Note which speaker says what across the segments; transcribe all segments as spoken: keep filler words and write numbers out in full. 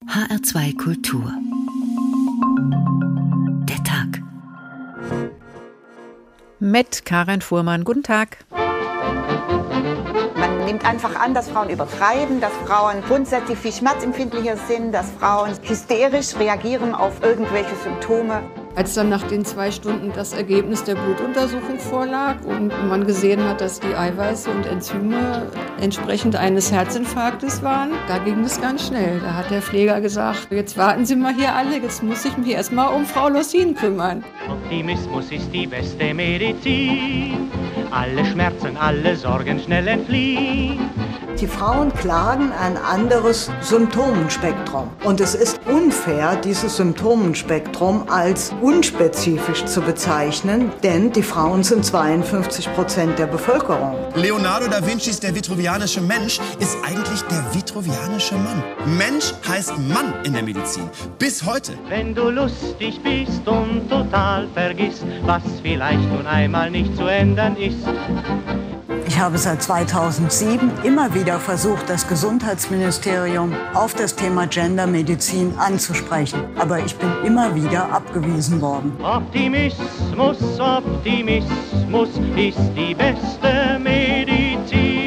Speaker 1: H R zwei Kultur. Der Tag.
Speaker 2: Mit Karin Fuhrmann. Guten Tag.
Speaker 3: Man nimmt einfach an, dass Frauen übertreiben, dass Frauen grundsätzlich viel schmerzempfindlicher sind, dass Frauen hysterisch reagieren auf irgendwelche Symptome.
Speaker 4: Als dann nach den zwei Stunden das Ergebnis der Blutuntersuchung vorlag und man gesehen hat, dass die Eiweiße und Enzyme entsprechend eines Herzinfarktes waren, da ging es ganz schnell. Da hat der Pfleger gesagt, jetzt warten Sie mal hier alle, jetzt muss ich mich erst mal um Frau Lossin kümmern.
Speaker 5: Optimismus ist die beste Medizin, alle Schmerzen, alle Sorgen schnell entfliehen.
Speaker 6: Die Frauen klagen ein anderes Symptomenspektrum. Und es ist unfair, dieses Symptomenspektrum als unspezifisch zu bezeichnen, denn die Frauen sind zweiundfünfzig Prozent der Bevölkerung.
Speaker 7: Leonardo da Vincis Der vitruvianische Mensch ist eigentlich der vitruvianische Mann. Mensch heißt Mann in der Medizin. Bis heute.
Speaker 5: Wenn du lustig bist und total vergisst, was vielleicht nun einmal nicht zu ändern ist.
Speaker 6: Ich habe seit zweitausendsieben immer wieder versucht, das Gesundheitsministerium auf das Thema Gendermedizin anzusprechen. Aber ich bin immer wieder abgewiesen worden.
Speaker 5: Optimismus, Optimismus ist die beste Medizin.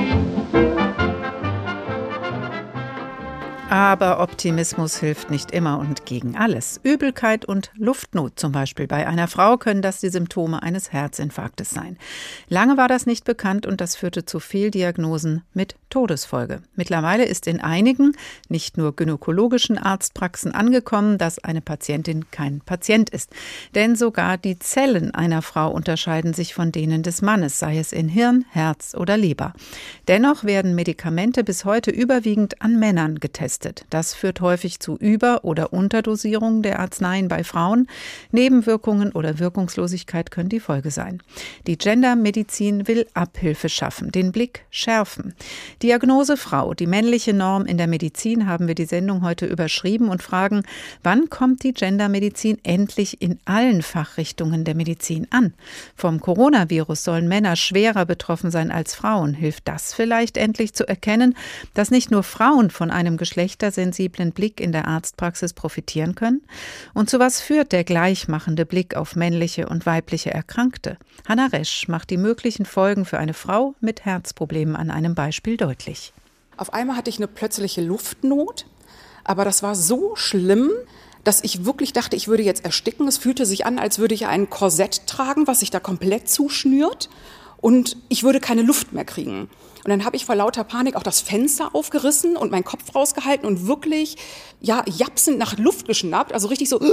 Speaker 2: Aber Optimismus hilft nicht immer und gegen alles. Übelkeit und Luftnot zum Beispiel bei einer Frau können das die Symptome eines Herzinfarktes sein. Lange war das nicht bekannt und das führte zu Fehldiagnosen mit Todesfolge. Mittlerweile ist in einigen, nicht nur gynäkologischen Arztpraxen angekommen, dass eine Patientin kein Patient ist. Denn sogar die Zellen einer Frau unterscheiden sich von denen des Mannes, sei es in Hirn, Herz oder Leber. Dennoch werden Medikamente bis heute überwiegend an Männern getestet. Das führt häufig zu Über- oder Unterdosierungen der Arzneien bei Frauen. Nebenwirkungen oder Wirkungslosigkeit können die Folge sein. Die Gendermedizin will Abhilfe schaffen, den Blick schärfen. Diagnose Frau, die männliche Norm in der Medizin, haben wir die Sendung heute überschrieben und fragen, wann kommt die Gendermedizin endlich in allen Fachrichtungen der Medizin an? Vom Coronavirus sollen Männer schwerer betroffen sein als Frauen. Hilft das vielleicht endlich zu erkennen, dass nicht nur Frauen von einem geschlechtersensiblen Blick in der Arztpraxis profitieren können? Und zu was führt der gleichmachende Blick auf männliche und weibliche Erkrankte? Hanna Resch macht die möglichen Folgen für eine Frau mit Herzproblemen an einem Beispiel deutlich.
Speaker 8: Auf einmal hatte ich eine plötzliche Luftnot, aber das war so schlimm, dass ich wirklich dachte, ich würde jetzt ersticken. Es fühlte sich an, als würde ich ein Korsett tragen, was sich da komplett zuschnürt und ich würde keine Luft mehr kriegen. Und dann habe ich vor lauter Panik auch das Fenster aufgerissen und meinen Kopf rausgehalten und wirklich, ja, japsend nach Luft geschnappt, also richtig so.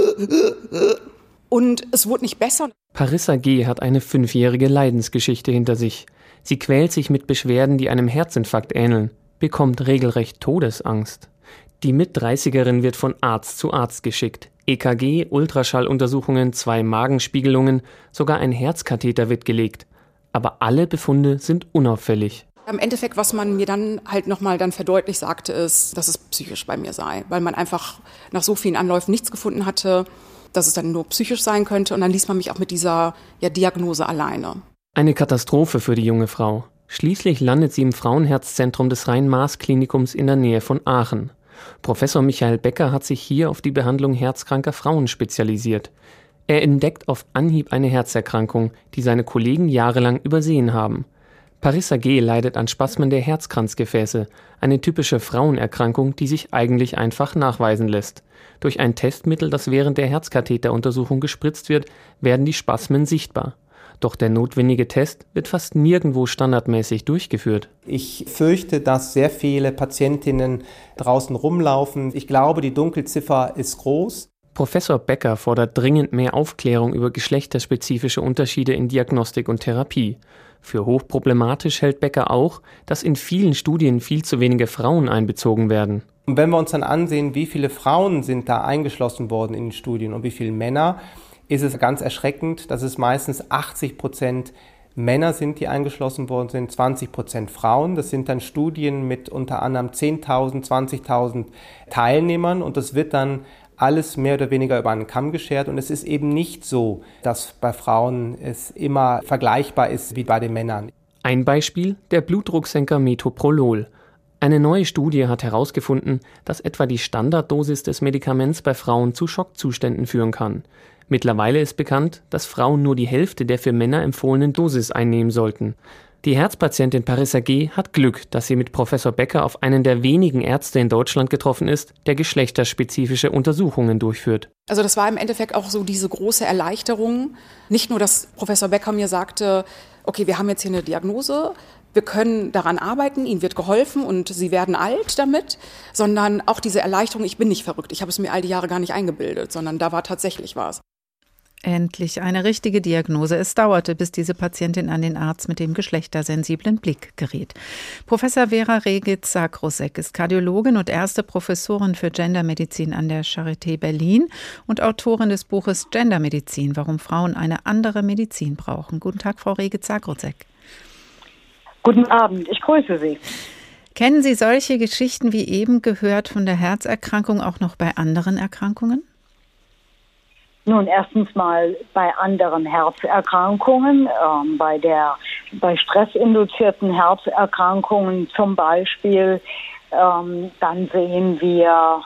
Speaker 8: Und es wurde nicht besser.
Speaker 9: Parissa G. hat eine fünfjährige Leidensgeschichte hinter sich. Sie quält sich mit Beschwerden, die einem Herzinfarkt ähneln, bekommt regelrecht Todesangst. Die Mitdreißigerin wird von Arzt zu Arzt geschickt. E K G, Ultraschalluntersuchungen, zwei Magenspiegelungen, sogar ein Herzkatheter wird gelegt. Aber alle Befunde sind unauffällig.
Speaker 8: Im Endeffekt, was man mir dann halt nochmal dann verdeutlicht sagte, ist, dass es psychisch bei mir sei. Weil man einfach nach so vielen Anläufen nichts gefunden hatte, dass es dann nur psychisch sein könnte. Und dann ließ man mich auch mit dieser ja, Diagnose alleine.
Speaker 9: Eine Katastrophe für die junge Frau. Schließlich landet sie im Frauenherzzentrum des Rhein-Maas-Klinikums in der Nähe von Aachen. Professor Michael Becker hat sich hier auf die Behandlung herzkranker Frauen spezialisiert. Er entdeckt auf Anhieb eine Herzerkrankung, die seine Kollegen jahrelang übersehen haben. Parissa G. leidet an Spasmen der Herzkranzgefäße, eine typische Frauenerkrankung, die sich eigentlich einfach nachweisen lässt. Durch ein Testmittel, das während der Herzkatheteruntersuchung gespritzt wird, werden die Spasmen sichtbar. Doch der notwendige Test wird fast nirgendwo standardmäßig durchgeführt.
Speaker 10: Ich fürchte, dass sehr viele Patientinnen draußen rumlaufen. Ich glaube, die Dunkelziffer ist groß.
Speaker 9: Professor Becker fordert dringend mehr Aufklärung über geschlechterspezifische Unterschiede in Diagnostik und Therapie. Für hochproblematisch hält Becker auch, dass in vielen Studien viel zu wenige Frauen einbezogen werden.
Speaker 10: Und wenn wir uns dann ansehen, wie viele Frauen sind da eingeschlossen worden in den Studien und wie viele Männer, ist es ganz erschreckend, dass es meistens achtzig Prozent Männer sind, die eingeschlossen worden sind, zwanzig Prozent Frauen. Das sind dann Studien mit unter anderem zehntausend, zwanzigtausend Teilnehmern und das wird dann alles mehr oder weniger über einen Kamm geschert. Und es ist eben nicht so, dass bei Frauen es immer vergleichbar ist wie bei den Männern.
Speaker 9: Ein Beispiel, der Blutdrucksenker Metoprolol. Eine neue Studie hat herausgefunden, dass etwa die Standarddosis des Medikaments bei Frauen zu Schockzuständen führen kann. Mittlerweile ist bekannt, dass Frauen nur die Hälfte der für Männer empfohlenen Dosis einnehmen sollten. Die Herzpatientin Parissa G. hat Glück, dass sie mit Professor Becker auf einen der wenigen Ärzte in Deutschland getroffen ist, der geschlechterspezifische Untersuchungen durchführt.
Speaker 8: Also das war im Endeffekt auch so diese große Erleichterung. Nicht nur, dass Professor Becker mir sagte, okay, wir haben jetzt hier eine Diagnose, wir können daran arbeiten, Ihnen wird geholfen und Sie werden alt damit, sondern auch diese Erleichterung, ich bin nicht verrückt, ich habe es mir all die Jahre gar nicht eingebildet, sondern da war tatsächlich was.
Speaker 2: Endlich eine richtige Diagnose. Es dauerte, bis diese Patientin an den Arzt mit dem geschlechtersensiblen Blick geriet. Professor Vera Regic-Zakrosek ist Kardiologin und erste Professorin für Gendermedizin an der Charité Berlin und Autorin des Buches Gendermedizin, warum Frauen eine andere Medizin brauchen. Guten Tag, Frau Regic-Zakrosek.
Speaker 11: Guten Abend, ich grüße Sie.
Speaker 2: Kennen Sie solche Geschichten wie eben gehört von der Herzerkrankung auch noch bei anderen Erkrankungen?
Speaker 11: Nun, erstens mal bei anderen Herzerkrankungen, ähm, bei der, bei stressinduzierten Herzerkrankungen zum Beispiel, ähm, dann sehen wir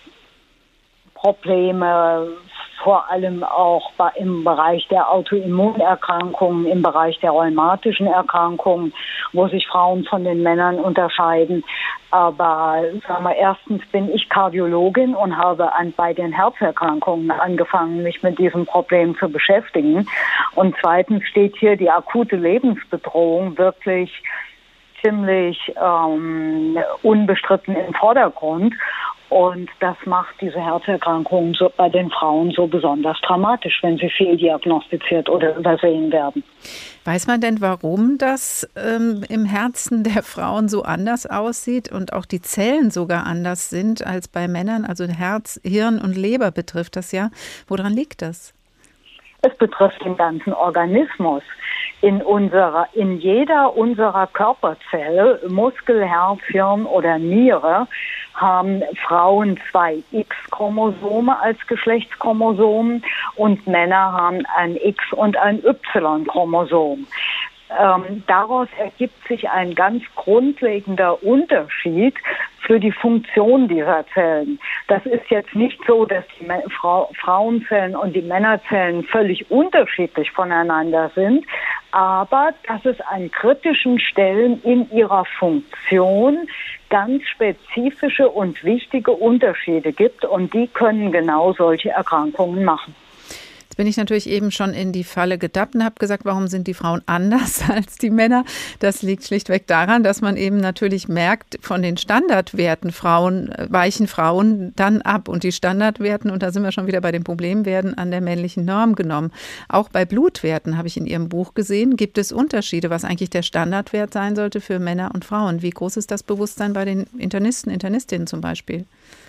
Speaker 11: Probleme vor allem auch bei, im Bereich der Autoimmunerkrankungen, im Bereich der rheumatischen Erkrankungen, wo sich Frauen von den Männern unterscheiden. Aber sagen wir, erstens bin ich Kardiologin und habe an, bei den Herzerkrankungen angefangen, mich mit diesem Problem zu beschäftigen. Und zweitens steht hier die akute Lebensbedrohung wirklich ziemlich ähm, unbestritten im Vordergrund. Und das macht diese Herzerkrankungen so bei den Frauen so besonders dramatisch, wenn sie fehldiagnostiziert oder übersehen werden.
Speaker 2: Weiß man denn, warum das ähm, im Herzen der Frauen so anders aussieht und auch die Zellen sogar anders sind als bei Männern? Also Herz, Hirn und Leber betrifft das ja. Woran liegt das?
Speaker 11: Es betrifft den ganzen Organismus. In unserer, in jeder unserer Körperzelle, Muskel, Herz, Hirn oder Niere, haben Frauen zwei X-Chromosome als Geschlechtschromosomen und Männer haben ein X- und ein Y-Chromosom. Ähm, daraus ergibt sich ein ganz grundlegender Unterschied für die Funktion dieser Zellen. Das ist jetzt nicht so, dass die Fra- Frauenzellen und die Männerzellen völlig unterschiedlich voneinander sind, aber dass es an kritischen Stellen in ihrer Funktion ganz spezifische und wichtige Unterschiede gibt und die können genau solche Erkrankungen machen.
Speaker 2: Jetzt bin ich natürlich eben schon in die Falle getappt und habe gesagt, warum sind die Frauen anders als die Männer? Das liegt schlichtweg daran, dass man eben natürlich merkt, von den Standardwerten Frauen weichen Frauen dann ab. Und die Standardwerten, und da sind wir schon wieder bei dem Problem, werden an der männlichen Norm genommen. Auch bei Blutwerten, habe ich in Ihrem Buch gesehen, gibt es Unterschiede, was eigentlich der Standardwert sein sollte für Männer und Frauen. Wie groß ist das Bewusstsein bei den Internisten, Internistinnen zum Beispiel?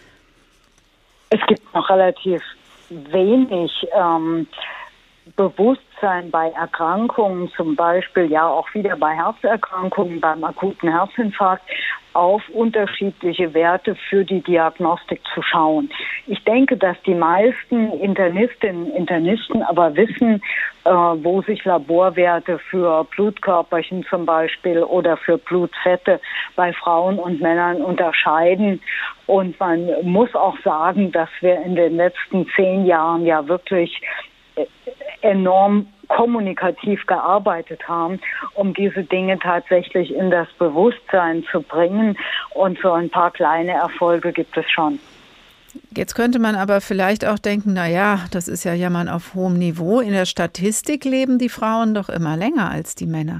Speaker 11: Es gibt noch relativ wenig ähm, Bewusstsein bei Erkrankungen, zum Beispiel ja auch wieder bei Herzerkrankungen, beim akuten Herzinfarkt, auf unterschiedliche Werte für die Diagnostik zu schauen. Ich denke, dass die meisten Internistinnen und Internisten aber wissen, äh, wo sich Laborwerte für Blutkörperchen zum Beispiel oder für Blutfette bei Frauen und Männern unterscheiden. Und man muss auch sagen, dass wir in den letzten zehn Jahren ja wirklich enorm kommunikativ gearbeitet haben, um diese Dinge tatsächlich in das Bewusstsein zu bringen. Und so ein paar kleine Erfolge gibt es schon.
Speaker 2: Jetzt könnte man aber vielleicht auch denken, na ja, das ist ja Jammern auf hohem Niveau. In der Statistik leben die Frauen doch immer länger als die Männer.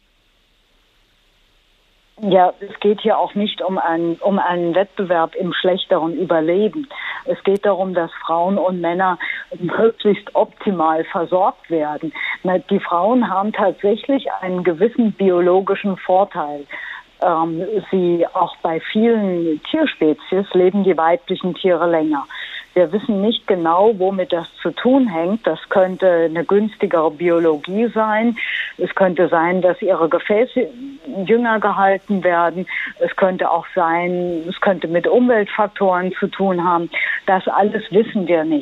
Speaker 11: Ja, es geht hier auch nicht um einen, um einen Wettbewerb im schlechteren Überleben. Es geht darum, dass Frauen und Männer möglichst optimal versorgt werden. Die Frauen haben tatsächlich einen gewissen biologischen Vorteil. Ähm, sie, auch bei vielen Tierspezies leben die weiblichen Tiere länger. Wir wissen nicht genau, womit das zu tun hängt. Das könnte eine günstigere Biologie sein. Es könnte sein, dass ihre Gefäße jünger gehalten werden. Es könnte auch sein, es könnte mit Umweltfaktoren zu tun haben. Das alles wissen wir nicht.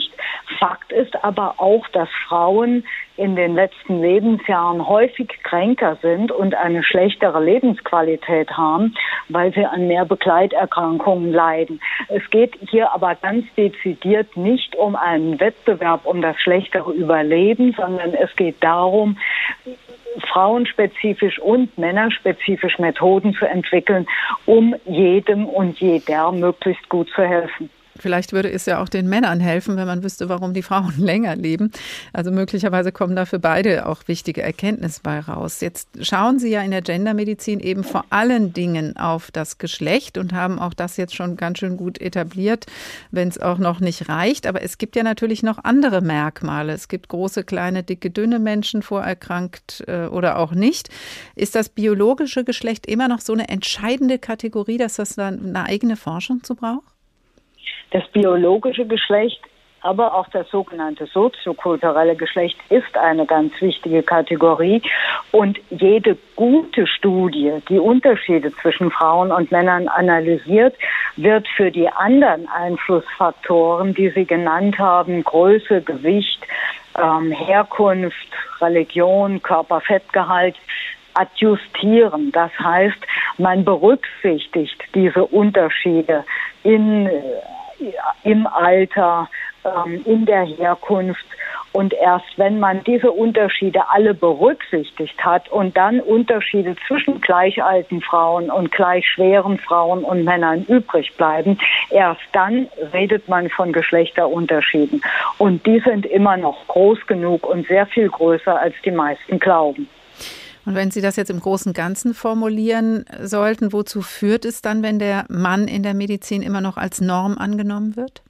Speaker 11: Fakt ist aber auch, dass Frauen in den letzten Lebensjahren häufig kränker sind und eine schlechtere Lebensqualität haben, weil sie an mehr Begleiterkrankungen leiden. Es geht hier aber ganz dezidiert nicht um einen Wettbewerb um das schlechtere Überleben, sondern es geht darum, frauenspezifisch und männerspezifisch Methoden zu entwickeln, um jedem und jeder möglichst gut zu helfen.
Speaker 2: Vielleicht würde es ja auch den Männern helfen, wenn man wüsste, warum die Frauen länger leben. Also möglicherweise kommen da für beide auch wichtige Erkenntnisse bei raus. Jetzt schauen Sie ja in der Gendermedizin eben vor allen Dingen auf das Geschlecht und haben auch das jetzt schon ganz schön gut etabliert, wenn es auch noch nicht reicht. Aber es gibt ja natürlich noch andere Merkmale. Es gibt große, kleine, dicke, dünne Menschen, vorerkrankt äh, oder auch nicht. Ist das biologische Geschlecht immer noch so eine entscheidende Kategorie, dass das dann eine eigene Forschung zu braucht?
Speaker 11: Das biologische Geschlecht, aber auch das sogenannte soziokulturelle Geschlecht ist eine ganz wichtige Kategorie. Und jede gute Studie, die Unterschiede zwischen Frauen und Männern analysiert, wird für die anderen Einflussfaktoren, die Sie genannt haben, Größe, Gewicht, ähm, Herkunft, Religion, Körperfettgehalt, adjustieren. Das heißt, man berücksichtigt diese Unterschiede in im Alter, ähm, in der Herkunft. Und erst wenn man diese Unterschiede alle berücksichtigt hat und dann Unterschiede zwischen gleich alten Frauen und gleich schweren Frauen und Männern übrig bleiben, erst dann redet man von Geschlechterunterschieden. Und die sind immer noch groß genug und sehr viel größer, als die meisten glauben.
Speaker 2: Und wenn Sie das jetzt im Großen und Ganzen formulieren sollten, wozu führt es dann, wenn der Mann in der Medizin immer noch als Norm angenommen wird?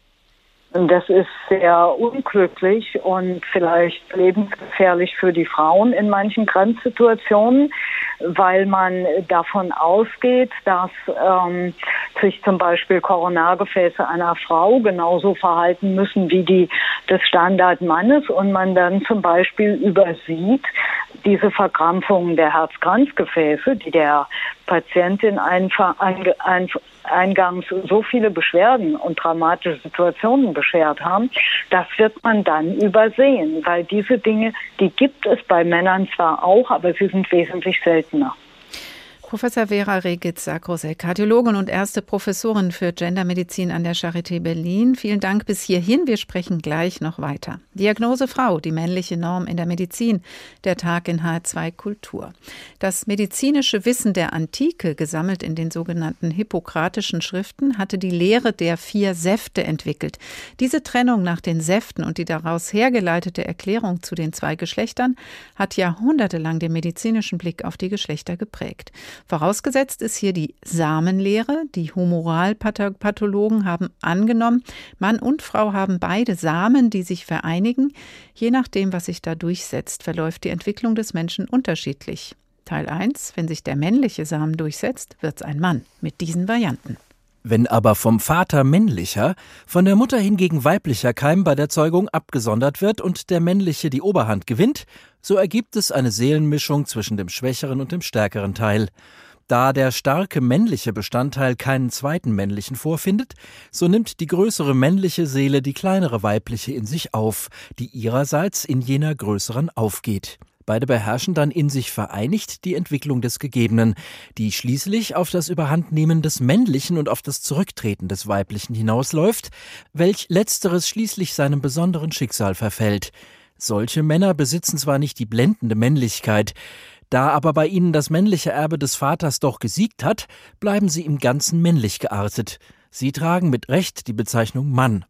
Speaker 11: Das ist sehr unglücklich und vielleicht lebensgefährlich für die Frauen in manchen Grenzsituationen, weil man davon ausgeht, dass ähm, sich zum Beispiel Koronargefäße einer Frau genauso verhalten müssen wie die des Standardmannes und man dann zum Beispiel übersieht diese Verkrampfungen der Herzkranzgefäße, die der Patientin einfach ein, ein, eingangs so viele Beschwerden und dramatische Situationen beschert haben, das wird man dann übersehen, weil diese Dinge, die gibt es bei Männern zwar auch, aber sie sind wesentlich seltener.
Speaker 2: Professor Vera Regitz-Sarkrosek, Kardiologin und erste Professorin für Gendermedizin an der Charité Berlin. Vielen Dank bis hierhin. Wir sprechen gleich noch weiter. Diagnose Frau, die männliche Norm in der Medizin. Der Tag in H R zwei Kultur. Das medizinische Wissen der Antike, gesammelt in den sogenannten hippokratischen Schriften, hatte die Lehre der vier Säfte entwickelt. Diese Trennung nach den Säften und die daraus hergeleitete Erklärung zu den zwei Geschlechtern hat jahrhundertelang den medizinischen Blick auf die Geschlechter geprägt. Vorausgesetzt ist hier die Samenlehre. Die Humoralpathologen haben angenommen, Mann und Frau haben beide Samen, die sich vereinigen. Je nachdem, was sich da durchsetzt, verläuft die Entwicklung des Menschen unterschiedlich. Teil eins, wenn sich der männliche Samen durchsetzt, wird es ein Mann mit diesen Varianten.
Speaker 12: Wenn aber vom Vater männlicher, von der Mutter hingegen weiblicher Keim bei der Zeugung abgesondert wird und der männliche die Oberhand gewinnt, so ergibt es eine Seelenmischung zwischen dem schwächeren und dem stärkeren Teil. Da der starke männliche Bestandteil keinen zweiten männlichen vorfindet, so nimmt die größere männliche Seele die kleinere weibliche in sich auf, die ihrerseits in jener größeren aufgeht. Beide beherrschen dann in sich vereinigt die Entwicklung des Gegebenen, die schließlich auf das Überhandnehmen des Männlichen und auf das Zurücktreten des Weiblichen hinausläuft, welch letzteres schließlich seinem besonderen Schicksal verfällt. Solche Männer besitzen zwar nicht die blendende Männlichkeit, da aber bei ihnen das männliche Erbe des Vaters doch gesiegt hat, bleiben sie im Ganzen männlich geartet. Sie tragen mit Recht die Bezeichnung Mann.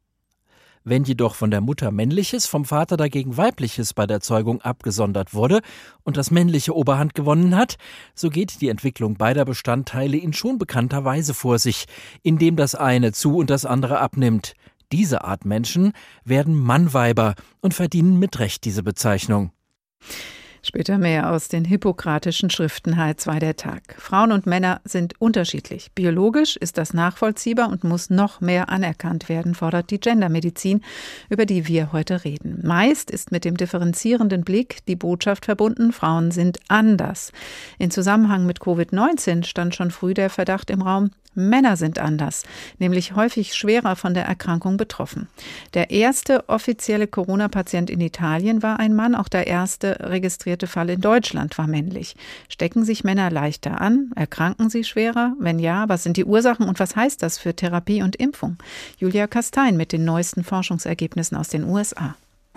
Speaker 12: Wenn jedoch von der Mutter Männliches, vom Vater dagegen Weibliches bei der Zeugung abgesondert wurde und das Männliche Oberhand gewonnen hat, so geht die Entwicklung beider Bestandteile in schon bekannter Weise vor sich, indem das eine zu und das andere abnimmt. Diese Art Menschen werden Mannweiber und verdienen mit Recht diese Bezeichnung.
Speaker 2: Später mehr aus den hippokratischen Schriften H R zwei der Tag. Frauen und Männer sind unterschiedlich. Biologisch ist das nachvollziehbar und muss noch mehr anerkannt werden, fordert die Gendermedizin, über die wir heute reden. Meist ist mit dem differenzierenden Blick die Botschaft verbunden, Frauen sind anders. In Zusammenhang mit Covid neunzehn stand schon früh der Verdacht im Raum, Männer sind anders, nämlich häufig schwerer von der Erkrankung betroffen. Der erste offizielle Corona-Patient in Italien war ein Mann, auch der erste registrierte Fall in Deutschland war männlich. Stecken sich Männer leichter an? Erkranken sie schwerer? Wenn ja, was sind die Ursachen und was heißt das für Therapie und Impfung? Julia Kastein mit den neuesten Forschungsergebnissen aus den U S A.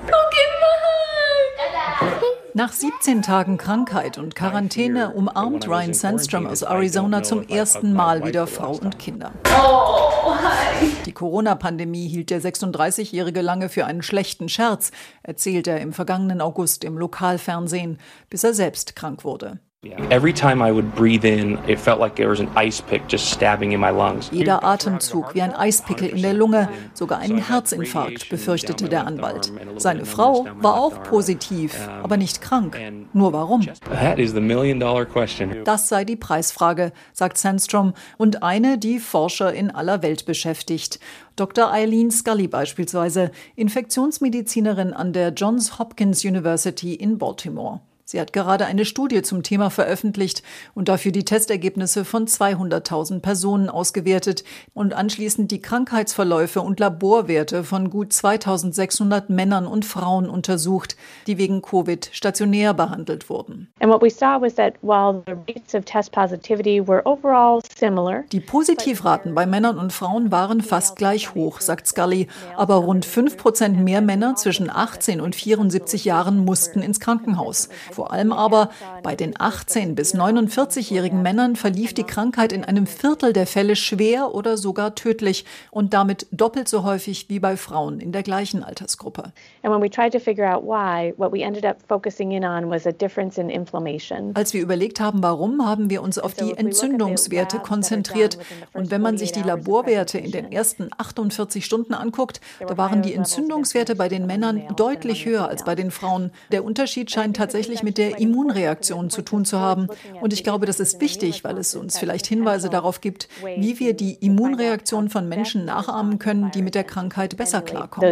Speaker 13: Nach siebzehn Tagen Krankheit und Quarantäne umarmt Ryan Sandstrom aus Arizona zum ersten Mal wieder Frau und Kinder. Die Corona-Pandemie hielt der sechsunddreißigjährige lange für einen schlechten Scherz, erzählt er im vergangenen August im Lokalfernsehen, bis er selbst krank wurde.
Speaker 14: Every time I would breathe in, it felt like there was an ice pick just stabbing in my lungs.
Speaker 13: Jeder Atemzug wie ein Eispickel in der Lunge, sogar einen Herzinfarkt, befürchtete der Anwalt. Seine Frau war auch positiv, aber nicht krank. Nur warum?
Speaker 14: That is the million dollar question.
Speaker 13: Das sei die Preisfrage, sagt Sandstrom, und eine, die Forscher in aller Welt beschäftigt. Doktor Eileen Scully beispielsweise, Infektionsmedizinerin an der Johns Hopkins University in Baltimore. Sie hat gerade eine Studie zum Thema veröffentlicht und dafür die Testergebnisse von zweihunderttausend Personen ausgewertet und anschließend die Krankheitsverläufe und Laborwerte von gut zweitausendsechshundert Männern und Frauen untersucht, die wegen Covid stationär behandelt wurden.
Speaker 15: And what we saw was that while the rates of test positivity were overall similar,
Speaker 13: die Positivraten bei Männern und Frauen waren fast gleich hoch, sagt Scully, aber rund fünf Prozent mehr Männer zwischen achtzehn und vierundsiebzig Jahren mussten ins Krankenhaus. Vor allem aber bei den achtzehn- bis neunundvierzigjährigen Männern verlief die Krankheit in einem Viertel der Fälle schwer oder sogar tödlich und damit doppelt so häufig wie bei Frauen in der gleichen Altersgruppe.
Speaker 15: And when we tried to figure out why, what we ended up focusing in on was a difference in inflammation.
Speaker 13: Als wir überlegt haben, warum, haben wir uns auf die Entzündungswerte konzentriert. Und wenn man sich die Laborwerte in den ersten achtundvierzig Stunden anguckt, da waren die Entzündungswerte bei den Männern deutlich höher als bei den Frauen. Der Unterschied scheint tatsächlich mit der Immunreaktion zu tun zu haben. Und ich glaube, das ist wichtig, weil es uns vielleicht Hinweise darauf gibt, wie wir die Immunreaktion von Menschen nachahmen können, die mit der Krankheit besser klarkommen.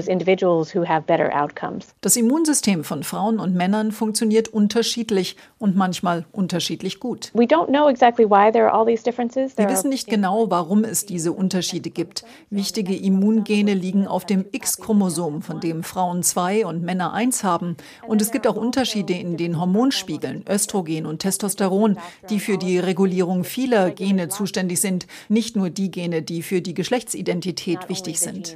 Speaker 13: Das Immunsystem von Frauen und Männern funktioniert unterschiedlich und manchmal unterschiedlich gut. Wir wissen nicht genau, warum es diese Unterschiede gibt. Wichtige Immungene liegen auf dem X-Chromosom, von dem Frauen zwei und Männer eins haben. Und es gibt auch Unterschiede in den Hormonspiegeln, Östrogen und Testosteron, die für die Regulierung vieler Gene zuständig sind, nicht nur die Gene, die für die Geschlechtsidentität wichtig sind.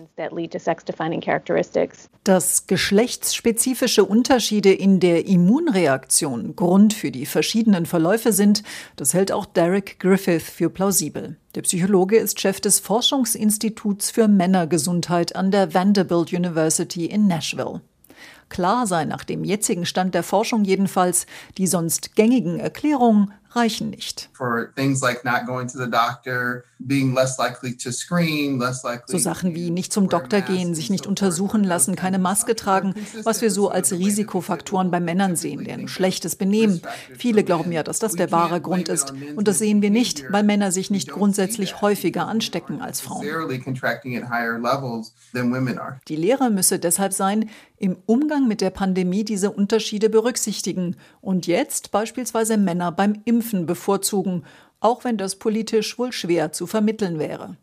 Speaker 13: Dass geschlechtsspezifische Unterschiede in der Immunreaktion Grund für die verschiedenen Verläufe sind, das hält auch Derek Griffith für plausibel. Der Psychologe ist Chef des Forschungsinstituts für Männergesundheit an der Vanderbilt University in Nashville. Klar sei nach dem jetzigen Stand der Forschung jedenfalls, die sonst gängigen Erklärungen reichen nicht. So Sachen wie nicht zum Doktor gehen, sich nicht untersuchen lassen, keine Maske tragen, was wir so als Risikofaktoren bei Männern sehen, deren schlechtes Benehmen. Viele glauben ja, dass das der wahre Grund ist. Und das sehen wir nicht, weil Männer sich nicht grundsätzlich häufiger anstecken als Frauen. Die Lehre müsse deshalb sein, im Umgang mit der Pandemie diese Unterschiede berücksichtigen und jetzt beispielsweise Männer beim Impfen bevorzugen, auch wenn das politisch wohl schwer zu vermitteln wäre.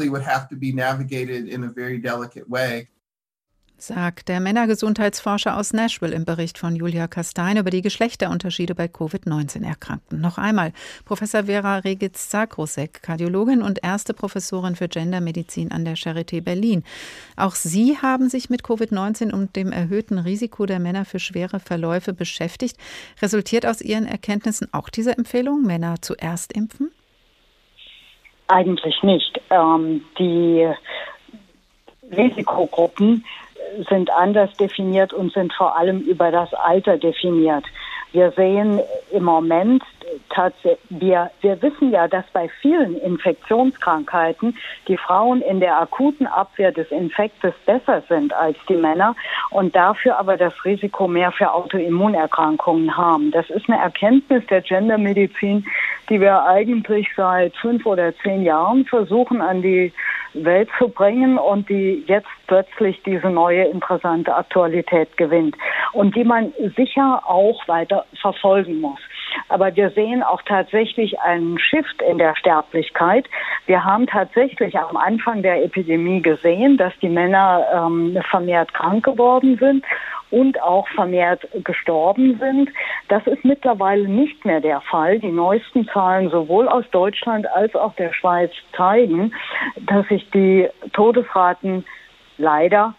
Speaker 2: Sagt der Männergesundheitsforscher aus Nashville im Bericht von Julia Kastein über die Geschlechterunterschiede bei Covid neunzehn Erkrankten. Noch einmal Professor Vera Regic-Zakrosek, Kardiologin und erste Professorin für Gendermedizin an der Charité Berlin. Auch Sie haben sich mit Covid neunzehn und dem erhöhten Risiko der Männer für schwere Verläufe beschäftigt. Resultiert aus Ihren Erkenntnissen auch diese Empfehlung, Männer zuerst impfen?
Speaker 11: Eigentlich nicht. Ähm, die Risikogruppen sind anders definiert und sind vor allem über das Alter definiert. Wir sehen im Moment tatsächlich, wir, wir wissen ja, dass bei vielen Infektionskrankheiten die Frauen in der akuten Abwehr des Infektes besser sind als die Männer und dafür aber das Risiko mehr für Autoimmunerkrankungen haben. Das ist eine Erkenntnis der Gendermedizin, die wir eigentlich seit fünf oder zehn Jahren versuchen an die Welt zu bringen und die jetzt plötzlich diese neue interessante Aktualität gewinnt und die man sicher auch weiter verfolgen muss. Aber wir sehen auch tatsächlich einen Shift in der Sterblichkeit. Wir haben tatsächlich am Anfang der Epidemie gesehen, dass die Männer ähm, vermehrt krank geworden sind und auch vermehrt gestorben sind. Das ist mittlerweile nicht mehr der Fall. Die neuesten Zahlen sowohl aus Deutschland als auch der Schweiz zeigen, dass sich die Todesraten leider,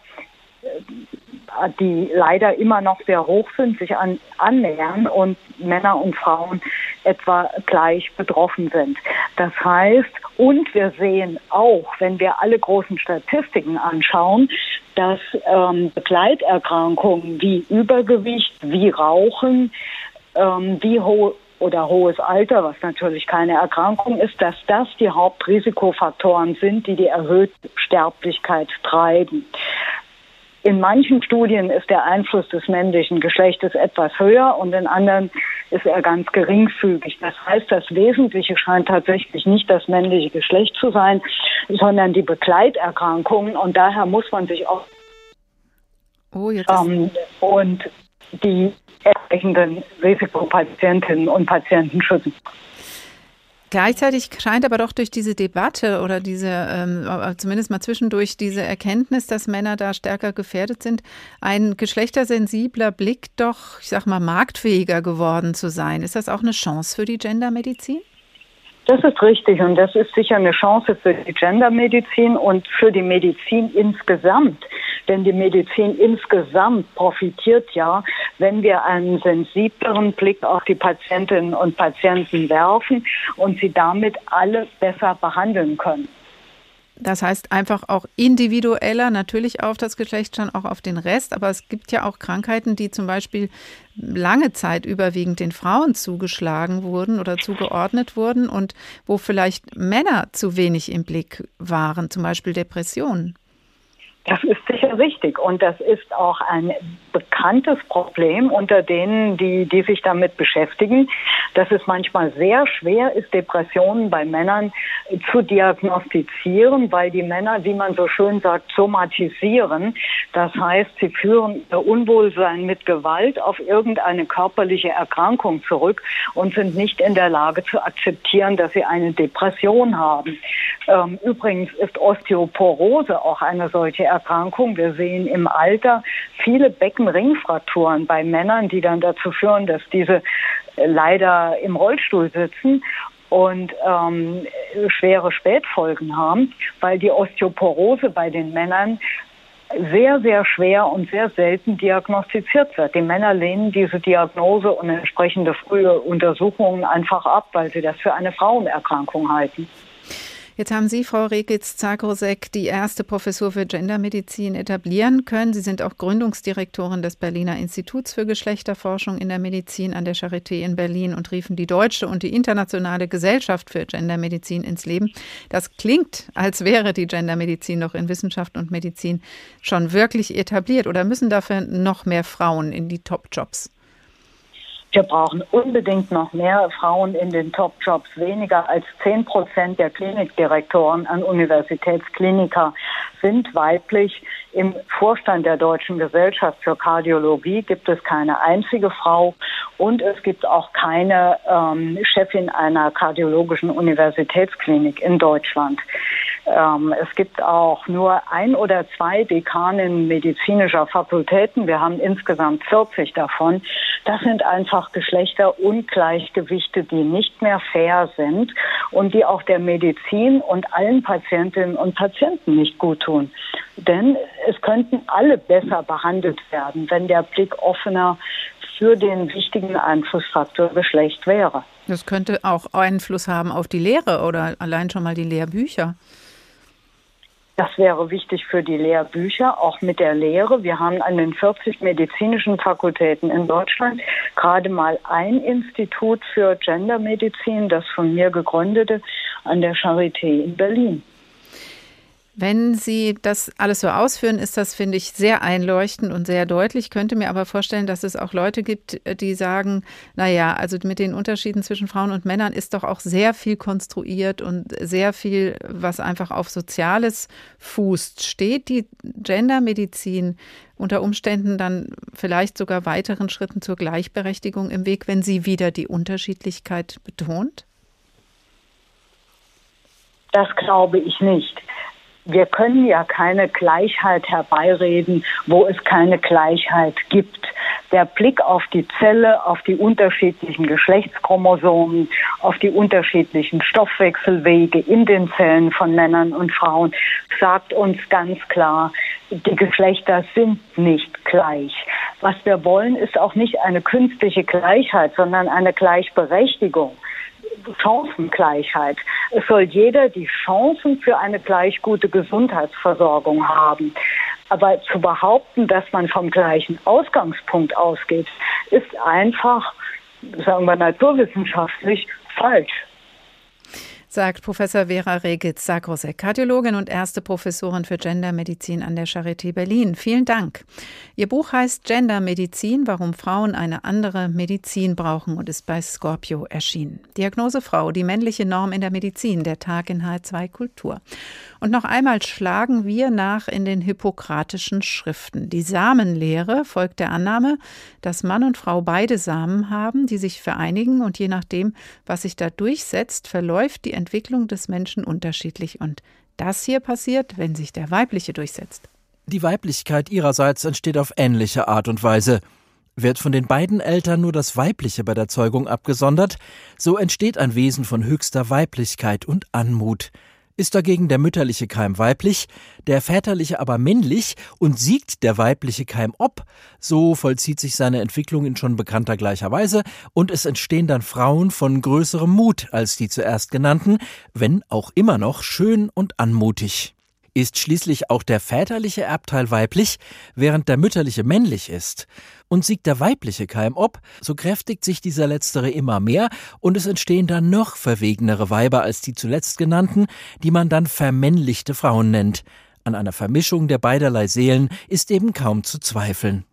Speaker 11: die leider immer noch sehr hoch sind, sich an, annähern und Männer und Frauen etwa gleich betroffen sind. Das heißt, und wir sehen auch, wenn wir alle großen Statistiken anschauen, dass ähm, Begleiterkrankungen wie Übergewicht, wie Rauchen, ähm, wie hohe oder hohes Alter, was natürlich keine Erkrankung ist, dass das die Hauptrisikofaktoren sind, die die erhöhte Sterblichkeit treiben. In manchen Studien ist der Einfluss des männlichen Geschlechtes etwas höher und in anderen ist er ganz geringfügig. Das heißt, das Wesentliche scheint tatsächlich nicht das männliche Geschlecht zu sein, sondern die Begleiterkrankungen und daher muss man sich auch
Speaker 2: oh, jetzt
Speaker 11: ähm, und die entsprechenden Risikopatientinnen und Patienten schützen.
Speaker 2: Gleichzeitig scheint aber doch durch diese Debatte oder diese, ähm, zumindest mal zwischendurch diese Erkenntnis, dass Männer da stärker gefährdet sind, ein geschlechtersensibler Blick doch, ich sag mal, marktfähiger geworden zu sein. Ist das auch eine Chance für die Gendermedizin?
Speaker 11: Das ist richtig und das ist sicher eine Chance für die Gendermedizin und für die Medizin insgesamt. Denn die Medizin insgesamt profitiert ja, wenn wir einen sensibleren Blick auf die Patientinnen und Patienten werfen und sie damit alle besser behandeln können.
Speaker 2: Das heißt einfach auch individueller, natürlich auf das Geschlecht, schon auch auf den Rest. Aber es gibt ja auch Krankheiten, die zum Beispiel lange Zeit überwiegend den Frauen zugeschlagen wurden oder zugeordnet wurden und wo vielleicht Männer zu wenig im Blick waren, zum Beispiel Depressionen.
Speaker 11: Das ist sicher richtig und das ist auch ein bekanntes Problem unter denen, die, die sich damit beschäftigen, dass es manchmal sehr schwer ist, Depressionen bei Männern zu diagnostizieren, weil die Männer, wie man so schön sagt, somatisieren. Das heißt, sie führen ihr Unwohlsein mit Gewalt auf irgendeine körperliche Erkrankung zurück und sind nicht in der Lage zu akzeptieren, dass sie eine Depression haben. Ähm, übrigens ist Osteoporose auch eine solche Erkrankung. Wir sehen im Alter viele Beckenringfrakturen bei Männern, die dann dazu führen, dass diese leider im Rollstuhl sitzen und ähm, schwere Spätfolgen haben, weil die Osteoporose bei den Männern sehr, sehr schwer und sehr selten diagnostiziert wird. Die Männer lehnen diese Diagnose und entsprechende frühe Untersuchungen einfach ab, weil sie das für eine Frauenerkrankung halten.
Speaker 2: Jetzt haben Sie, Frau Regic-Zagrosek, die erste Professur für Gendermedizin etablieren können. Sie sind auch Gründungsdirektorin des Berliner Instituts für Geschlechterforschung in der Medizin an der Charité in Berlin und riefen die deutsche und die internationale Gesellschaft für Gendermedizin ins Leben. Das klingt, als wäre die Gendermedizin noch in Wissenschaft und Medizin schon wirklich etabliert. Oder müssen dafür noch mehr Frauen in die Top-Jobs?
Speaker 11: Wir brauchen unbedingt noch mehr Frauen in den Top-Jobs. Weniger als zehn Prozent der Klinikdirektoren an Universitätsklinika sind weiblich. Im Vorstand der Deutschen Gesellschaft für Kardiologie gibt es keine einzige Frau und es gibt auch keine ähm, Chefin einer kardiologischen Universitätsklinik in Deutschland. Ähm, es gibt auch nur ein oder zwei Dekaninnen medizinischer Fakultäten. Wir haben insgesamt vierzig davon. Das sind einfach Geschlechterungleichgewichte, die nicht mehr fair sind und die auch der Medizin und allen Patientinnen und Patienten nicht gut tun. Denn es könnten alle besser behandelt werden, wenn der Blick offener für den wichtigen Einflussfaktor Geschlecht wäre.
Speaker 2: Das könnte auch Einfluss haben auf die Lehre oder allein schon mal die Lehrbücher.
Speaker 11: Das wäre wichtig für die Lehrbücher, auch mit der Lehre. Wir haben an den vierzig medizinischen Fakultäten in Deutschland gerade mal ein Institut für Gendermedizin, das von mir gegründete, an der Charité in Berlin.
Speaker 2: Wenn Sie das alles so ausführen, ist das, finde ich, sehr einleuchtend und sehr deutlich. Ich könnte mir aber vorstellen, dass es auch Leute gibt, die sagen, naja, also mit den Unterschieden zwischen Frauen und Männern ist doch auch sehr viel konstruiert und sehr viel, was einfach auf Soziales fußt. Steht die Gendermedizin unter Umständen dann vielleicht sogar weiteren Schritten zur Gleichberechtigung im Weg, wenn sie wieder die Unterschiedlichkeit betont?
Speaker 11: Das glaube ich nicht. Wir können ja keine Gleichheit herbeireden, wo es keine Gleichheit gibt. Der Blick auf die Zelle, auf die unterschiedlichen Geschlechtschromosomen, auf die unterschiedlichen Stoffwechselwege in den Zellen von Männern und Frauen sagt uns ganz klar, die Geschlechter sind nicht gleich. Was wir wollen, ist auch nicht eine künstliche Gleichheit, sondern eine Gleichberechtigung. Chancengleichheit. Es soll jeder die Chancen für eine gleich gute Gesundheitsversorgung haben. Aber zu behaupten, dass man vom gleichen Ausgangspunkt ausgeht, ist einfach, sagen wir naturwissenschaftlich, falsch.
Speaker 2: Sagt Professor Vera Regic-Sagrosek, Kardiologin und erste Professorin für Gendermedizin an der Charité Berlin. Vielen Dank. Ihr Buch heißt Gendermedizin, warum Frauen eine andere Medizin brauchen und ist bei Scorpio erschienen. Diagnose Frau, die männliche Norm in der Medizin, der Tag in H R zwei Kultur. Und noch einmal schlagen wir nach in den hippokratischen Schriften. Die Samenlehre folgt der Annahme, dass Mann und Frau beide Samen haben, die sich vereinigen und je nachdem, was sich da durchsetzt, verläuft die Entwicklung des Menschen unterschiedlich. Und das hier passiert, wenn sich der Weibliche durchsetzt.
Speaker 12: Die Weiblichkeit ihrerseits entsteht auf ähnliche Art und Weise. Wird von den beiden Eltern nur das Weibliche bei der Zeugung abgesondert, so entsteht ein Wesen von höchster Weiblichkeit und Anmut. Ist dagegen der mütterliche Keim weiblich, der väterliche aber männlich und siegt der weibliche Keim ob, so vollzieht sich seine Entwicklung in schon bekannter gleicher Weise und es entstehen dann Frauen von größerem Mut als die zuerst genannten, wenn auch immer noch schön und anmutig. Ist schließlich auch der väterliche Erbteil weiblich, während der mütterliche männlich ist. Und siegt der weibliche Keim ob, so kräftigt sich dieser letztere immer mehr und es entstehen dann noch verwegenere Weiber als die zuletzt genannten, die man dann vermännlichte Frauen nennt. An einer Vermischung der beiderlei Seelen ist eben kaum zu zweifeln.